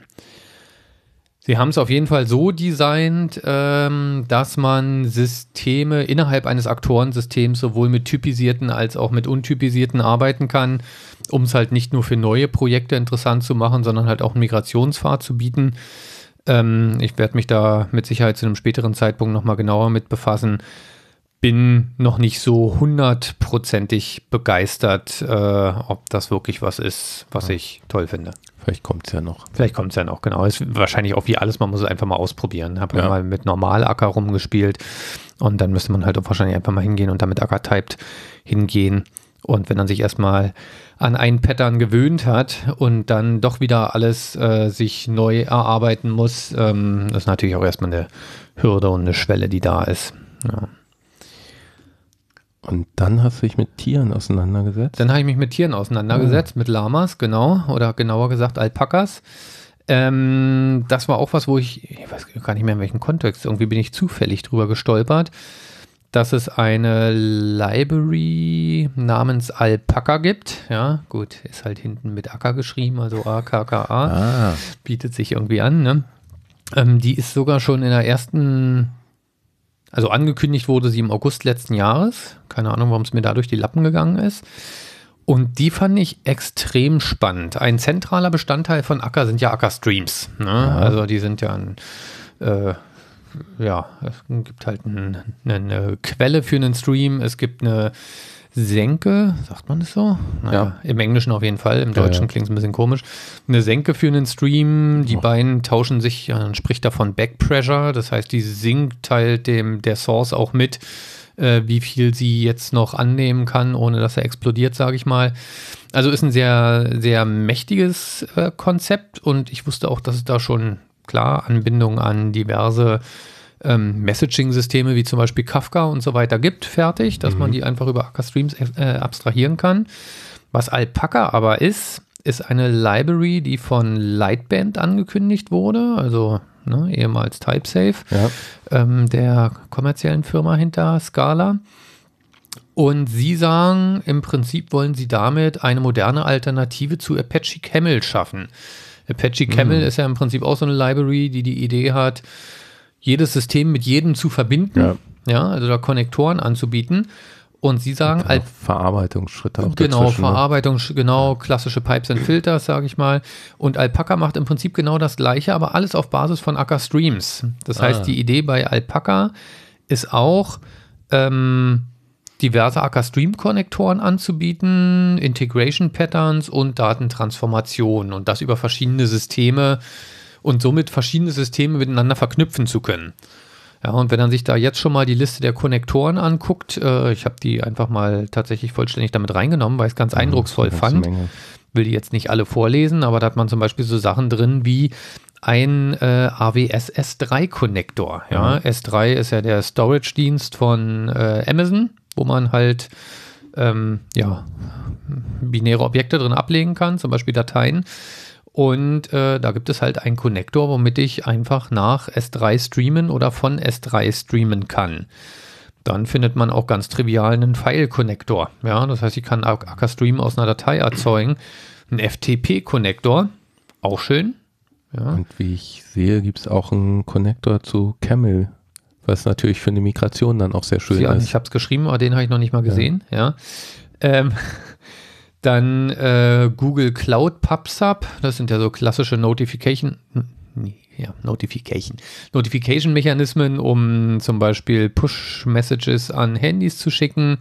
Sie haben es auf jeden Fall so designt, ähm, dass man Systeme innerhalb eines Aktorensystems sowohl mit typisierten als auch mit untypisierten arbeiten kann, um es halt nicht nur für neue Projekte interessant zu machen, sondern halt auch einen Migrationspfad zu bieten. Ähm, ich werde mich da mit Sicherheit zu einem späteren Zeitpunkt nochmal genauer mit befassen. bin noch nicht so hundertprozentig begeistert, äh, ob das wirklich was ist, was ja. ich toll finde. Vielleicht kommt es ja noch. Vielleicht kommt es ja noch, genau. Ist wahrscheinlich auch wie alles, man muss es einfach mal ausprobieren. Habe ja. mal mit Normalacker rumgespielt und dann müsste man halt auch wahrscheinlich einfach mal hingehen und damit Acker-Typed hingehen. Und wenn man sich erstmal an einen Pattern gewöhnt hat und dann doch wieder alles äh, sich neu erarbeiten muss, ähm, das ist natürlich auch erstmal eine Hürde und eine Schwelle, die da ist. Ja. Und dann hast du dich mit Tieren auseinandergesetzt? Dann habe ich mich mit Tieren auseinandergesetzt, oh. mit Lamas, genau, oder genauer gesagt Alpakas. Ähm, das war auch was, wo ich, ich weiß gar nicht mehr in welchem Kontext, irgendwie bin ich zufällig drüber gestolpert, dass es eine Library namens Alpaca gibt. Ja, gut, ist halt hinten mit Acker geschrieben, also A K K A. Ah. Bietet sich irgendwie an, ne? Ähm, die ist sogar schon in der ersten... Also angekündigt wurde sie im August letzten Jahres. Keine Ahnung, warum es mir da durch die Lappen gegangen ist. Und die fand ich extrem spannend. Ein zentraler Bestandteil von Acker sind ja Acker-Streams. Ne? Ja. Also die sind ja ein, äh, ja, es gibt halt ein, eine Quelle für einen Stream. Es gibt eine Senke, sagt man das so? Naja, ja. Im Englischen auf jeden Fall, im Deutschen ja, ja. klingt es ein bisschen komisch. Eine Senke für einen Stream, die oh. beiden tauschen sich, man spricht davon Backpressure, das heißt, die Sync teilt dem, der Source auch mit, äh, wie viel sie jetzt noch annehmen kann, ohne dass er explodiert, sage ich mal. Also ist ein sehr, sehr mächtiges äh, Konzept und ich wusste auch, dass es da schon klar Anbindungen an diverse Ähm, Messaging-Systeme wie zum Beispiel Kafka und so weiter gibt, fertig, dass mhm. man die einfach über Acker-Streams äh, abstrahieren kann. Was Alpaca aber ist, ist eine Library, die von Lightband angekündigt wurde, also ne, ehemals TypeSafe, ja. ähm, der kommerziellen Firma hinter Scala. Und sie sagen, im Prinzip wollen sie damit eine moderne Alternative zu Apache Camel schaffen. Apache Camel mhm. ist ja im Prinzip auch so eine Library, die die Idee hat, jedes System mit jedem zu verbinden, ja, ja also da Konnektoren anzubieten. Und sie sagen, Al- Verarbeitungsschritte auch genau, dazwischen. Genau, Verarbeitung, genau, klassische Pipes and Filters, sage ich mal. Und Alpaca macht im Prinzip genau das Gleiche, aber alles auf Basis von Acker Streams. Das ah. heißt, die Idee bei Alpaca ist auch, ähm, diverse Acker Stream Konnektoren anzubieten, Integration Patterns und Datentransformation und das über verschiedene Systeme und somit verschiedene Systeme miteinander verknüpfen zu können. Ja, und wenn man sich da jetzt schon mal die Liste der Konnektoren anguckt, äh, ich habe die einfach mal tatsächlich vollständig damit reingenommen, weil ich es ganz ja, eindrucksvoll fand. Will die jetzt nicht alle vorlesen, aber da hat man zum Beispiel so Sachen drin wie ein äh, A W S S drei Konnektor. Ja? Ja. S drei ist ja der Storage-Dienst von äh, Amazon, wo man halt ähm, ja, binäre Objekte drin ablegen kann, zum Beispiel Dateien. Und äh, da gibt es halt einen Konnektor, womit ich einfach nach S drei streamen oder von S drei streamen kann. Dann findet man auch ganz trivial einen File-Konnektor. Ja, das heißt, ich kann Acker Stream aus einer Datei erzeugen. Ein F T P-Konnektor, auch schön. Ja. Und wie ich sehe, gibt es auch einen Konnektor zu Camel, was natürlich für eine Migration dann auch sehr schön ja, ist. Ich habe es geschrieben, aber den habe ich noch nicht mal gesehen. Ja. Ja. Ähm, dann äh, Google Cloud PubSub, das sind ja so klassische Notification, ja, Notification, Notification-Mechanismen, um zum Beispiel Push-Messages an Handys zu schicken.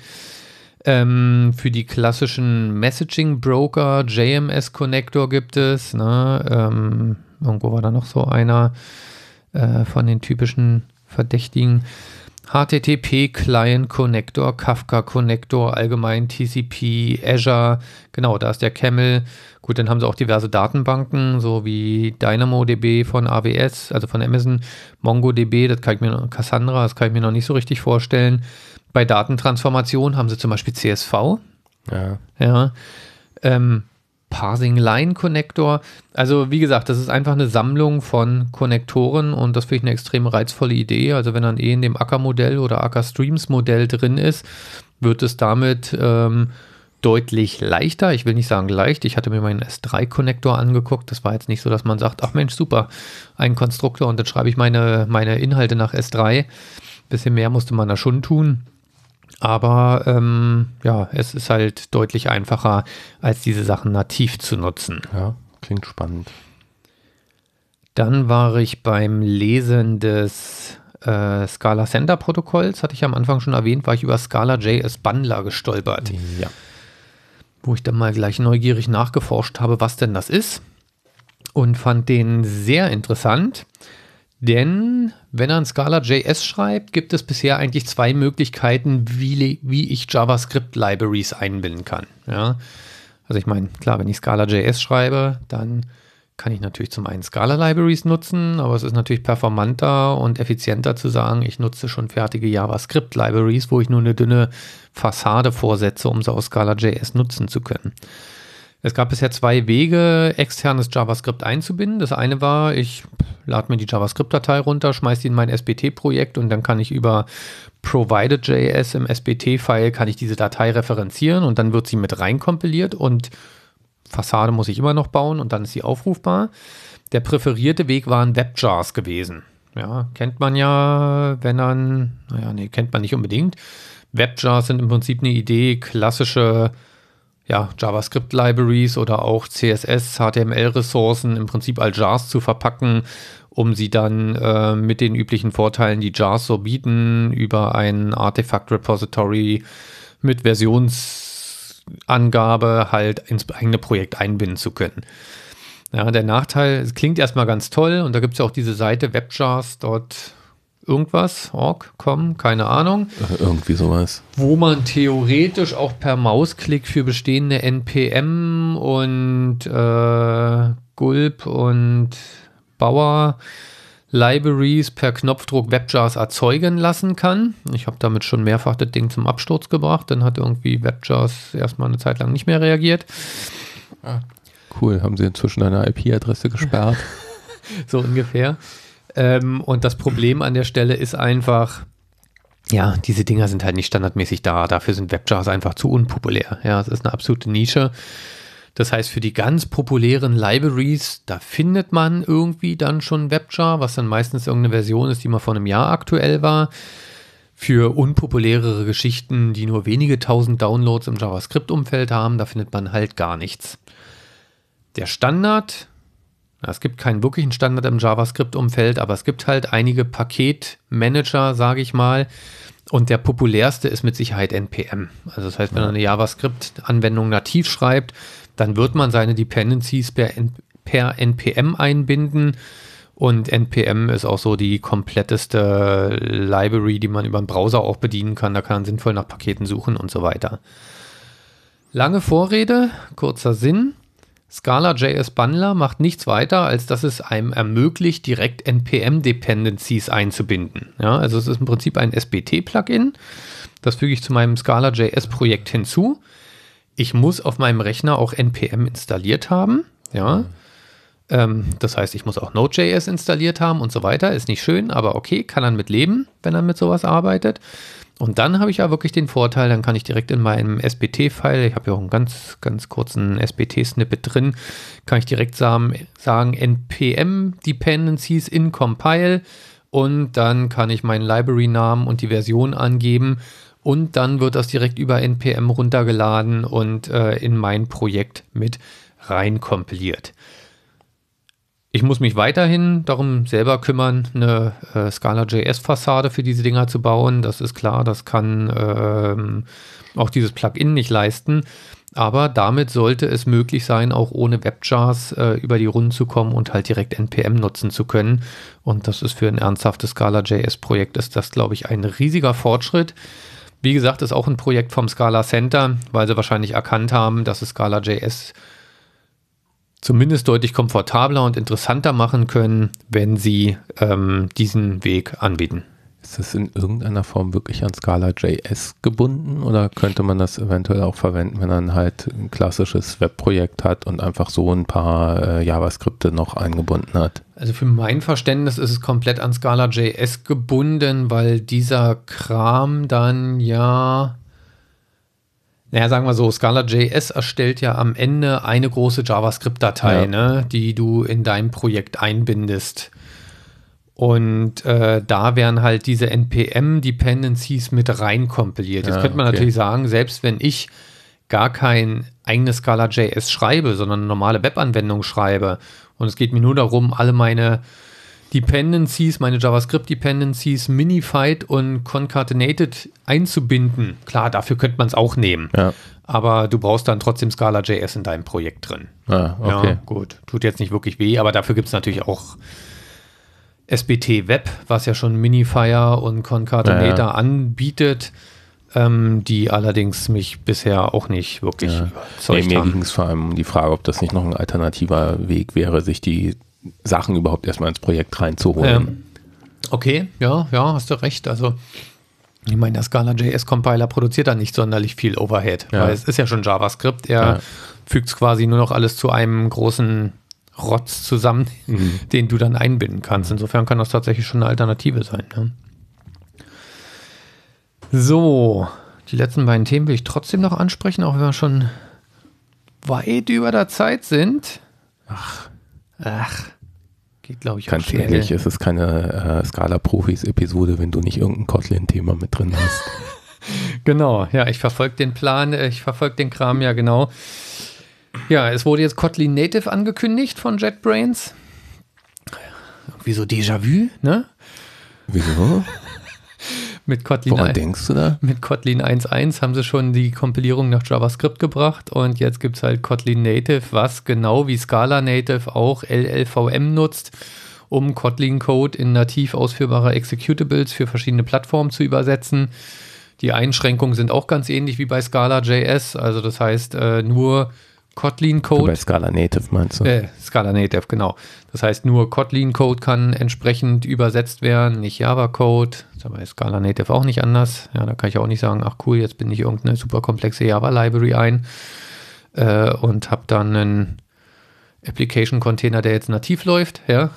Ähm, für die klassischen Messaging-Broker, J M S-Connector gibt es. Ne? Ähm, irgendwo war da noch so einer äh, von den typischen Verdächtigen. H T T P-Client-Connector, Kafka-Connector, allgemein T C P, Azure, genau, da ist der Camel. Gut, dann haben sie auch diverse Datenbanken, so wie DynamoDB von A W S, also von Amazon, MongoDB, das kann ich mir noch, Cassandra, das kann ich mir noch nicht so richtig vorstellen. Bei Datentransformation haben sie zum Beispiel C S V. Ja. Ja. Ähm, Parsing Line Connector. Also wie gesagt, das ist einfach eine Sammlung von Konnektoren und das finde ich eine extrem reizvolle Idee. Also wenn dann eh in dem Acker-Modell oder Acker-Streams-Modell drin ist, wird es damit ähm, deutlich leichter. Ich will nicht sagen leicht. Ich hatte mir meinen S drei Konnektor angeguckt. Das war jetzt nicht so, dass man sagt, ach Mensch, super, ein Konstruktor und dann schreibe ich meine, meine Inhalte nach S drei. Bisschen mehr musste man da schon tun. Aber ähm, ja, es ist halt deutlich einfacher, als diese Sachen nativ zu nutzen. Ja, klingt spannend. Dann war ich beim Lesen des äh, Scala Center Protokolls, hatte ich am Anfang schon erwähnt, war ich über Scala J S Bundler gestolpert. Ja. Wo ich dann mal gleich neugierig nachgeforscht habe, was denn das ist. Und fand den sehr interessant. Denn wenn er ein Scala J S schreibt, gibt es bisher eigentlich zwei Möglichkeiten, wie, wie ich JavaScript-Libraries einbinden kann. Ja? Also ich meine, klar, wenn ich Scala J S schreibe, dann kann ich natürlich zum einen Scala-Libraries nutzen, aber es ist natürlich performanter und effizienter zu sagen, ich nutze schon fertige JavaScript-Libraries, wo ich nur eine dünne Fassade vorsetze, um sie aus Scala J S nutzen zu können. Es gab bisher zwei Wege, externes JavaScript einzubinden. Das eine war, ich lade mir die JavaScript-Datei runter, schmeiße die in mein S B T-Projekt und dann kann ich über provided.js im S B T-File kann ich diese Datei referenzieren und dann wird sie mit rein kompiliert und Fassade muss ich immer noch bauen und dann ist sie aufrufbar. Der präferierte Weg waren Webjars gewesen. Ja, kennt man ja, wenn dann, naja, nee, kennt man nicht unbedingt. Webjars sind im Prinzip eine Idee, klassische ja, JavaScript-Libraries oder auch C S S, H T M L-Ressourcen im Prinzip als Jars zu verpacken, um sie dann äh, mit den üblichen Vorteilen, die Jars so bieten, über ein Artefakt-Repository mit Versionsangabe halt ins eigene Projekt einbinden zu können. Ja, der Nachteil, es klingt erstmal ganz toll und da gibt es ja auch diese Seite webjars dort irgendwas, org, com, keine Ahnung. Irgendwie sowas. Wo man theoretisch auch per Mausklick für bestehende N P M und äh, Gulp und Bauer Libraries per Knopfdruck Webjars erzeugen lassen kann. Ich habe damit schon mehrfach das Ding zum Absturz gebracht. Dann hat irgendwie Webjars erstmal eine Zeit lang nicht mehr reagiert. Ah, cool, haben sie inzwischen eine I P-Adresse gesperrt? So ungefähr. Ähm, und das Problem an der Stelle ist einfach, ja, diese Dinger sind halt nicht standardmäßig da. Dafür sind Webjars einfach zu unpopulär. Ja, es ist eine absolute Nische. Das heißt, für die ganz populären Libraries, da findet man irgendwie dann schon Webjar, was dann meistens irgendeine Version ist, die mal vor einem Jahr aktuell war. Für unpopulärere Geschichten, die nur wenige tausend Downloads im JavaScript-Umfeld haben, da findet man halt gar nichts. Der Standard, es gibt keinen wirklichen Standard im JavaScript-Umfeld, aber es gibt halt einige Paketmanager, sage ich mal. Und der populärste ist mit Sicherheit N P M. Also das heißt, wenn man eine JavaScript-Anwendung nativ schreibt, dann wird man seine Dependencies per, per N P M einbinden. Und N P M ist auch so die kompletteste Library, die man über den Browser auch bedienen kann. Da kann man sinnvoll nach Paketen suchen und so weiter. Lange Vorrede, kurzer Sinn. Scala J S Bundler macht nichts weiter, als dass es einem ermöglicht, direkt N P M-Dependencies einzubinden. Ja, also es ist im Prinzip ein S B T-Plugin. Das füge ich zu meinem Scala J S-Projekt hinzu. Ich muss auf meinem Rechner auch N P M installiert haben. Ja, ähm, das heißt, ich muss auch Node.js installiert haben und so weiter. Ist nicht schön, aber okay, kann man mit leben, wenn er mit sowas arbeitet. Und dann habe ich ja wirklich den Vorteil, dann kann ich direkt in meinem S B T-File, ich habe ja auch einen ganz, ganz kurzen S B T-Snippet drin, kann ich direkt sagen, sagen N P M-Dependencies in Compile und dann kann ich meinen Library-Namen und die Version angeben und dann wird das direkt über N P M runtergeladen und äh, in mein Projekt mit rein kompiliert. Ich muss mich weiterhin darum selber kümmern, eine äh, Scala J S-Fassade für diese Dinger zu bauen. Das ist klar, das kann ähm, auch dieses Plugin nicht leisten. Aber damit sollte es möglich sein, auch ohne Webjars äh, über die Runden zu kommen und halt direkt N P M nutzen zu können. Und das ist für ein ernsthaftes Scala J S-Projekt, ist das, glaube ich, ein riesiger Fortschritt. Wie gesagt, ist auch ein Projekt vom Scala Center, weil sie wahrscheinlich erkannt haben, dass es Scala J S zumindest deutlich komfortabler und interessanter machen können, wenn sie ähm, diesen Weg anbieten. Ist das in irgendeiner Form wirklich an Scala J S gebunden oder könnte man das eventuell auch verwenden, wenn man halt ein klassisches Webprojekt hat und einfach so ein paar äh, JavaScripte noch eingebunden hat? Also für mein Verständnis ist es komplett an Scala J S gebunden, weil dieser Kram dann ja... Naja, sagen wir so, Scala J S erstellt ja am Ende eine große JavaScript-Datei, ja. ne, die du in deinem Projekt einbindest. Und äh, da werden halt diese N P M-Dependencies mit rein kompiliert. Jetzt ja, könnte man okay. natürlich sagen, selbst wenn ich gar kein eigenes Scala J S schreibe, sondern eine normale Webanwendung schreibe und es geht mir nur darum, alle meine Dependencies, meine JavaScript-Dependencies minified und concatenated einzubinden. Klar, dafür könnte man es auch nehmen. Ja. Aber du brauchst dann trotzdem Scala Punkt J S in deinem Projekt drin. Ah, okay. Ja, gut. Tut jetzt nicht wirklich weh, aber dafür gibt es natürlich auch S B T Web, was ja schon Minifier und Concatenator ja, ja. anbietet, ähm, die allerdings mich bisher auch nicht wirklich ja. überzeugt nee, mir haben. Mir ging es vor allem um die Frage, ob das nicht noch ein alternativer Weg wäre, sich die Sachen überhaupt erstmal ins Projekt reinzuholen. Ähm, okay, ja, ja, hast du recht. Also ich meine, der Scala Punkt J S-Compiler produziert da nicht sonderlich viel Overhead, ja. weil es ist ja schon JavaScript. Er ja. fügt es quasi nur noch alles zu einem großen Rotz zusammen, mhm. den du dann einbinden kannst. Insofern kann das tatsächlich schon eine Alternative sein. Ne? So, die letzten beiden Themen will ich trotzdem noch ansprechen, auch wenn wir schon weit über der Zeit sind. Ach, ach, geht glaube ich auch Ganz schnell. ehrlich, es ist keine äh, Scala-Profis-Episode, wenn du nicht irgendein Kotlin-Thema mit drin hast. Genau, ja, ich verfolge den Plan, ich verfolge den Kram, ja genau. Ja, es wurde jetzt Kotlin Native angekündigt von JetBrains. Irgendwie so Déjà-vu, ne? Wieso? Mit Kotlin, Woran denkst du da? Mit Kotlin eins Punkt eins haben sie schon die Kompilierung nach JavaScript gebracht und jetzt gibt es halt Kotlin Native, was genau wie Scala Native auch L L V M nutzt, um Kotlin-Code in nativ ausführbare Executables für verschiedene Plattformen zu übersetzen. Die Einschränkungen sind auch ganz ähnlich wie bei Scala Punkt J S, also das heißt äh, nur Kotlin-Code. Bei Scala Native meinst du? Äh, Scala Native, genau. Das heißt, nur Kotlin-Code kann entsprechend übersetzt werden, nicht Java-Code. Das ist bei Scala Native auch nicht anders. Ja, da kann ich auch nicht sagen, ach cool, jetzt bin ich irgendeine super komplexe Java-Library ein äh, und habe dann einen Application-Container, der jetzt nativ läuft, ja.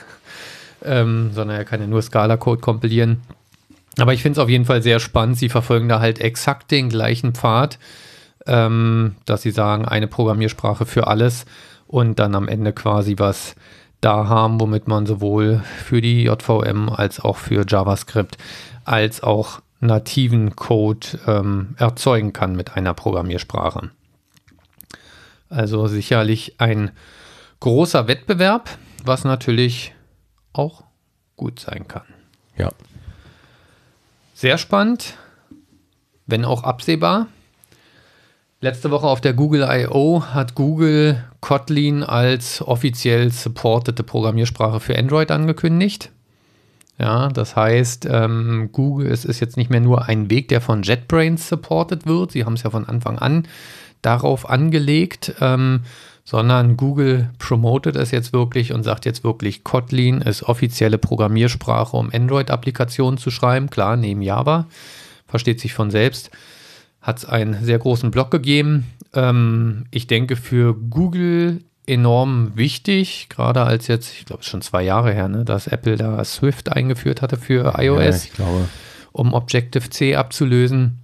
ähm, sondern er kann ja nur Scala-Code kompilieren. Aber ich finde es auf jeden Fall sehr spannend. Sie verfolgen da halt exakt den gleichen Pfad, Ähm, dass sie sagen, eine Programmiersprache für alles und dann am Ende quasi was da haben, womit man sowohl für die J V M als auch für JavaScript als auch nativen Code ähm, erzeugen kann mit einer Programmiersprache. Also sicherlich ein großer Wettbewerb, was natürlich auch gut sein kann. Ja. Sehr spannend, wenn auch absehbar. Letzte Woche auf der Google I O hat Google Kotlin als offiziell supportete Programmiersprache für Android angekündigt. Ja, das heißt, ähm, Google, es ist jetzt nicht mehr nur ein Weg, der von JetBrains supported wird. Sie haben es ja von Anfang an darauf angelegt, ähm, sondern Google promotet es jetzt wirklich und sagt jetzt wirklich, Kotlin ist offizielle Programmiersprache, um Android-Applikationen zu schreiben. Klar, neben Java, versteht sich von selbst. Hat es einen sehr großen Blog gegeben. Ähm, ich denke für Google enorm wichtig, gerade als jetzt, ich glaube es ist schon zwei Jahre her, ne, dass Apple da Swift eingeführt hatte für iOS, ja, ich glaube. um Objective-C abzulösen.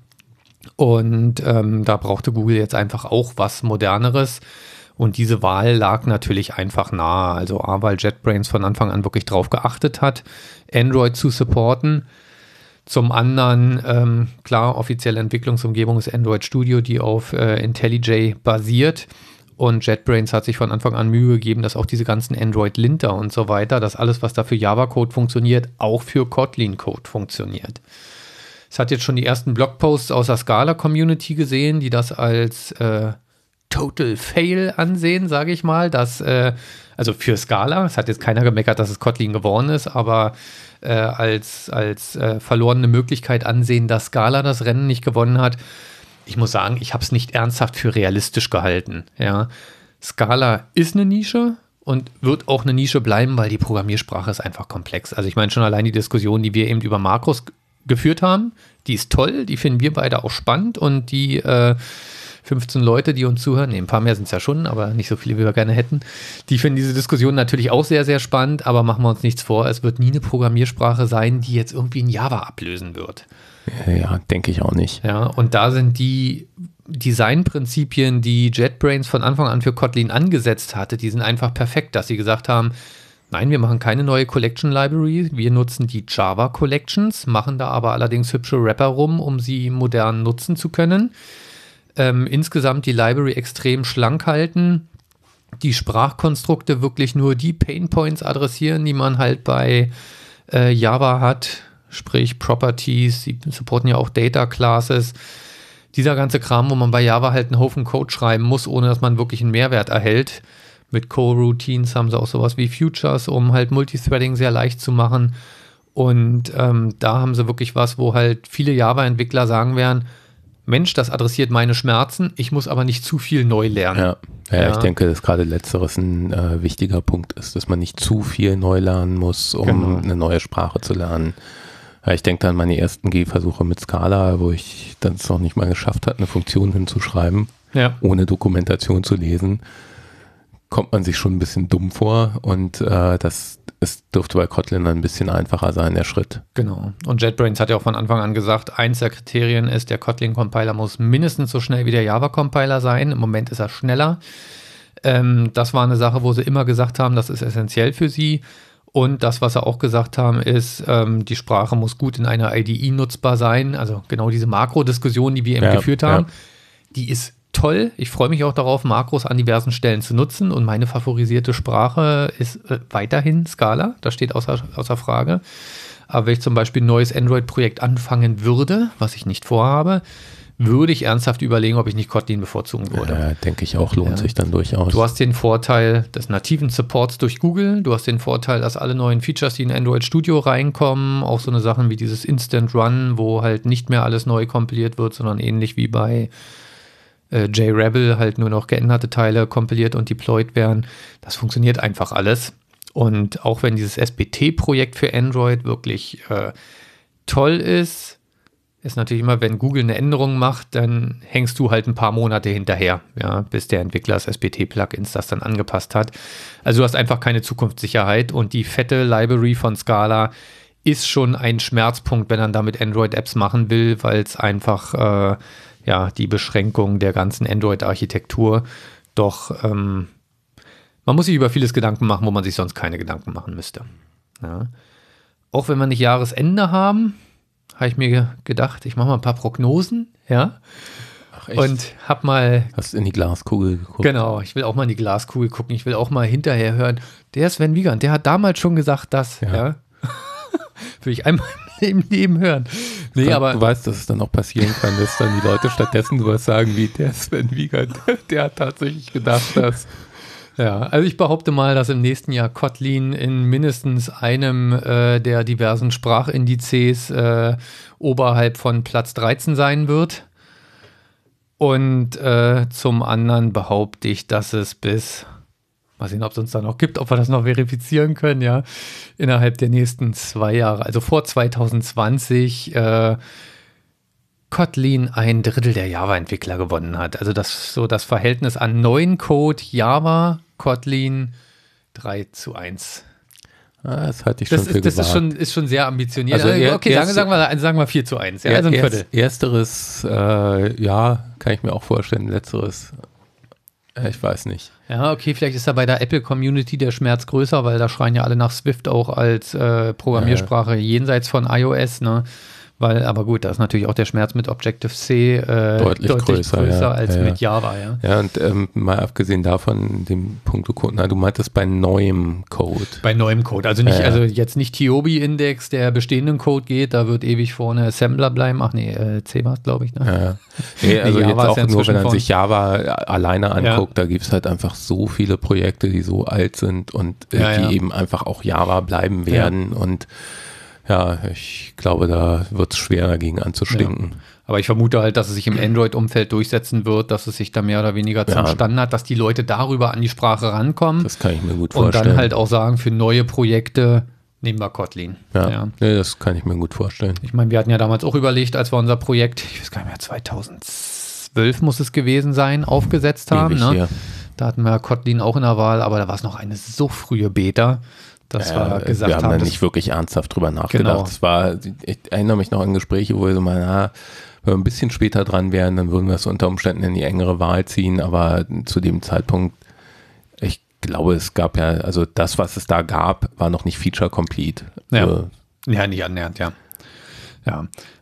Und ähm, da brauchte Google jetzt einfach auch was Moderneres. Und diese Wahl lag natürlich einfach nahe. Also A, weil JetBrains von Anfang an wirklich drauf geachtet hat, Android zu supporten. Zum anderen, ähm, klar, offizielle Entwicklungsumgebung ist Android Studio, die auf äh, IntelliJ basiert. Und JetBrains hat sich von Anfang an Mühe gegeben, dass auch diese ganzen Android-Linter und so weiter, dass alles, was da für Java-Code funktioniert, auch für Kotlin-Code funktioniert. Es hat jetzt schon die ersten Blogposts aus der Scala-Community gesehen, die das als äh, Total Fail ansehen, sage ich mal. Dass, äh, also für Scala, es hat jetzt keiner gemeckert, dass es Kotlin geworden ist, aber äh, als, als äh, verlorene Möglichkeit ansehen, dass Scala das Rennen nicht gewonnen hat. Ich muss sagen, ich habe es nicht ernsthaft für realistisch gehalten. Ja. Scala ist eine Nische und wird auch eine Nische bleiben, weil die Programmiersprache ist einfach komplex. Also ich meine schon allein die Diskussion, die wir eben über Makros g- geführt haben, die ist toll, die finden wir beide auch spannend und die äh, fünfzehn Leute, die uns zuhören, nee, ein paar mehr sind es ja schon, aber nicht so viele, wie wir gerne hätten, die finden diese Diskussion natürlich auch sehr, sehr spannend, aber machen wir uns nichts vor, es wird nie eine Programmiersprache sein, die jetzt irgendwie in Java ablösen wird. Ja, denke ich auch nicht. Ja, und da sind die Designprinzipien, die JetBrains von Anfang an für Kotlin angesetzt hatte, die sind einfach perfekt, dass sie gesagt haben, nein, wir machen keine neue Collection Library, wir nutzen die Java Collections, machen da aber allerdings hübsche Wrapper rum, um sie modern nutzen zu können. Ähm, insgesamt die Library extrem schlank halten die Sprachkonstrukte wirklich nur die Painpoints adressieren, die man halt bei äh, Java hat, sprich Properties, sie supporten ja auch Data Classes. Dieser ganze Kram, wo man bei Java halt einen Haufen Code schreiben muss, ohne dass man wirklich einen Mehrwert erhält. Mit Coroutines haben sie auch sowas wie Futures, um halt Multithreading sehr leicht zu machen. Und ähm, da haben sie wirklich was, wo halt viele Java-Entwickler sagen werden, Mensch, das adressiert meine Schmerzen, ich muss aber nicht zu viel neu lernen. Ja, ja, Ja. ich denke, dass gerade letzteres ein äh, wichtiger Punkt ist, dass man nicht zu viel neu lernen muss, um Genau. eine neue Sprache zu lernen. Ja, ich denke an meine ersten Gehversuche mit Scala, wo ich dann es noch nicht mal geschafft habe, eine Funktion hinzuschreiben, Ja. ohne Dokumentation zu lesen. Kommt man sich schon ein bisschen dumm vor und äh, das es dürfte bei Kotlin ein bisschen einfacher sein, der Schritt. Genau. Und JetBrains hat ja auch von Anfang an gesagt, eins der Kriterien ist, der Kotlin-Compiler muss mindestens so schnell wie der Java-Compiler sein. Im Moment ist er schneller. Ähm, das war eine Sache, wo sie immer gesagt haben, das ist essentiell für sie. Und das, was sie auch gesagt haben, ist, ähm, die Sprache muss gut in einer I D E nutzbar sein. Also genau diese Makro-Diskussion, die wir eben Ja, geführt haben, ja. die ist toll. Ich freue mich auch darauf, Makros an diversen Stellen zu nutzen. Und meine favorisierte Sprache ist äh, weiterhin Scala. Das steht außer, außer Frage. Aber wenn ich zum Beispiel ein neues Android-Projekt anfangen würde, was ich nicht vorhabe, würde ich ernsthaft überlegen, ob ich nicht Kotlin bevorzugen würde. Ja, denke ich auch, lohnt Ja. sich dann durchaus. Du hast den Vorteil des nativen Supports durch Google. Du hast den Vorteil, dass alle neuen Features, die in Android Studio reinkommen, auch so eine Sachen wie dieses Instant Run, wo halt nicht mehr alles neu kompiliert wird, sondern ähnlich wie bei äh, JRebel halt nur noch geänderte Teile kompiliert und deployed werden. Das funktioniert einfach alles. Und auch wenn dieses S B T-Projekt für Android wirklich äh, toll ist, ist natürlich immer, wenn Google eine Änderung macht, dann hängst du halt ein paar Monate hinterher, ja, bis der Entwickler des S B T-Plugins das dann angepasst hat. Also du hast einfach keine Zukunftssicherheit und die fette Library von Scala ist schon ein Schmerzpunkt, wenn man damit Android-Apps machen will, weil es einfach äh, ja, die Beschränkung der ganzen Android-Architektur doch, ähm, man muss sich über vieles Gedanken machen, wo man sich sonst keine Gedanken machen müsste. Ja. Auch wenn wir nicht Jahresende haben, habe ich mir ge- gedacht, ich mache mal ein paar Prognosen, ja, Ach, echt? und habe mal, Hast in die Glaskugel geguckt? genau, ich will auch mal in die Glaskugel gucken, ich will auch mal hinterher hören, der Sven Wiegand, der hat damals schon gesagt, das, ja, Ja. will ich einmal im Leben hören. Nee, Du- aber du weißt, dass es dann auch passieren kann, dass dann die Leute stattdessen sowas sagen wie, der Sven Wiegand, der hat tatsächlich gedacht, dass... ja, also ich behaupte mal, dass im nächsten Jahr Kotlin in mindestens einem äh, der diversen Sprachindizes äh, oberhalb von Platz dreizehn sein wird. Und äh, zum anderen behaupte ich, dass es bis, mal sehen, ob es uns da noch gibt, ob wir das noch verifizieren können, ja, innerhalb der nächsten zwei Jahre, also vor zwanzig zwanzig, äh, Kotlin ein Drittel der Java-Entwickler gewonnen hat. Also das so das Verhältnis an neuen Code Java, Kotlin drei zu eins. Ah, das halte ich schon Das, für ist, das ist, gewagt. schon, ist schon sehr ambitioniert. Also Also, er- okay, sagen, erste- sagen, wir, sagen wir vier zu eins. Ja, also ein Erst- Viertel. Ersteres, äh, ja, kann ich mir auch vorstellen. Letzteres, äh, ich weiß nicht. Ja, okay, vielleicht ist da bei der Apple-Community der Schmerz größer, weil da schreien ja alle nach Swift auch als äh, Programmiersprache jenseits von iOS, ne? Weil, aber gut, da ist natürlich auch der Schmerz mit Objective-C äh, Deutlich größer, ja. als Ja, ja. mit Java, ja. Ja, und ähm, mal abgesehen davon, dem Punkt, du, na, du meintest bei neuem Code. Bei neuem Code. Also nicht, Ja, ja. also jetzt nicht T O B I-Index, der bestehenden Code geht, da wird ewig vorne Assembler bleiben. Ach nee, äh, C war es, glaube ich, ne? Ja. Nee, also Nee, jetzt Java ist auch ja nur, wenn inzwischen man von- sich Java alleine anguckt, da gibt es halt einfach so viele Projekte, die so alt sind und äh, Ja, die ja. eben einfach auch Java bleiben werden. Und ja, ich glaube, da wird es schwer dagegen anzustinken. Aber ich vermute halt, dass es sich im Android-Umfeld durchsetzen wird, dass es sich da mehr oder weniger zum Ja. Standard, dass die Leute darüber an die Sprache rankommen Das kann ich mir gut und vorstellen. dann halt auch sagen, für neue Projekte nehmen wir Kotlin. ja, Ja. Nee, das kann ich mir gut vorstellen. Ich meine, wir hatten ja damals auch überlegt, als wir unser Projekt, ich weiß gar nicht mehr, zweitausendzwölf muss es gewesen sein, aufgesetzt haben. Ewig Ne? hier. Da hatten wir Kotlin auch in der Wahl, aber da war es noch eine so frühe Beta, dass Ja, wir gesagt wir haben haben, da das- nicht wirklich ernsthaft drüber nachgedacht. Genau. Das war, ich erinnere mich noch an Gespräche, wo wir so mal, na, wenn wir ein bisschen später dran wären, dann würden wir es unter Umständen in die engere Wahl ziehen, aber zu dem Zeitpunkt, ich glaube, es gab ja, also das, was es da gab, war noch nicht feature complete. Ja. Also, Ja, nicht annähernd, ja. Ja.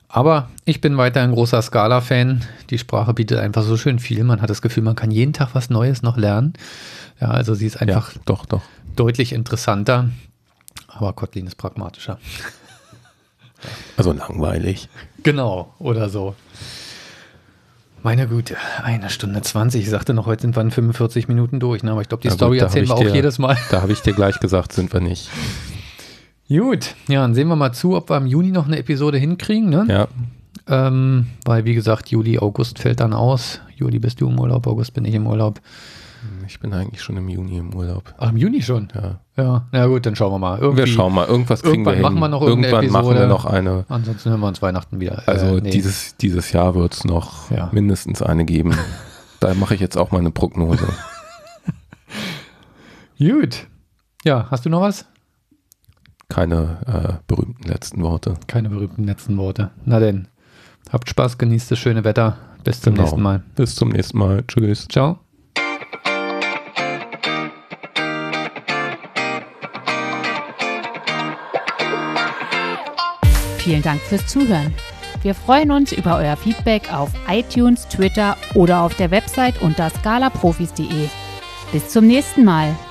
Aber ich bin weiter ein großer Scala-Fan. Die Sprache bietet einfach so schön viel. Man hat das Gefühl, man kann jeden Tag was Neues noch lernen. Ja, also sie ist einfach ja, doch, doch. deutlich interessanter. Aber Kotlin ist pragmatischer. Also langweilig. Genau, oder so. Meine Güte, eine Stunde zwanzig. Ich sagte noch, heute sind wir in fünfundvierzig Minuten durch. Ne? Aber ich glaube, die Ja, Story gut, erzählen wir auch dir, jedes Mal. Da habe ich dir gleich gesagt, sind wir nicht. Gut, ja, dann sehen wir mal zu, ob wir im Juni noch eine Episode hinkriegen. Ne? Ja. Ähm, weil, wie gesagt, Juli, August fällt dann aus. Juli bist du im Urlaub, August bin ich im Urlaub. Ich bin eigentlich schon im Juni im Urlaub. Ach, im Juni schon? Ja. Ja, na gut, dann schauen wir mal. Irgendwie, wir schauen mal, irgendwas kriegen wir hin. Irgendwann machen wir noch irgendwann Episode. machen wir noch eine. Ansonsten hören wir uns Weihnachten wieder. Also äh, nee. dieses, dieses Jahr wird es noch Ja. mindestens eine geben. Da mache ich jetzt auch mal eine Prognose. Gut. Ja, hast du noch was? Keine äh, berühmten letzten Worte. Keine berühmten letzten Worte. Na denn, habt Spaß, genießt das schöne Wetter. Bis zum Genau. nächsten Mal. Bis zum nächsten Mal. Tschüss. Ciao. Vielen Dank fürs Zuhören. Wir freuen uns über euer Feedback auf iTunes, Twitter oder auf der Website unter scalaprofis punkt de. Bis zum nächsten Mal.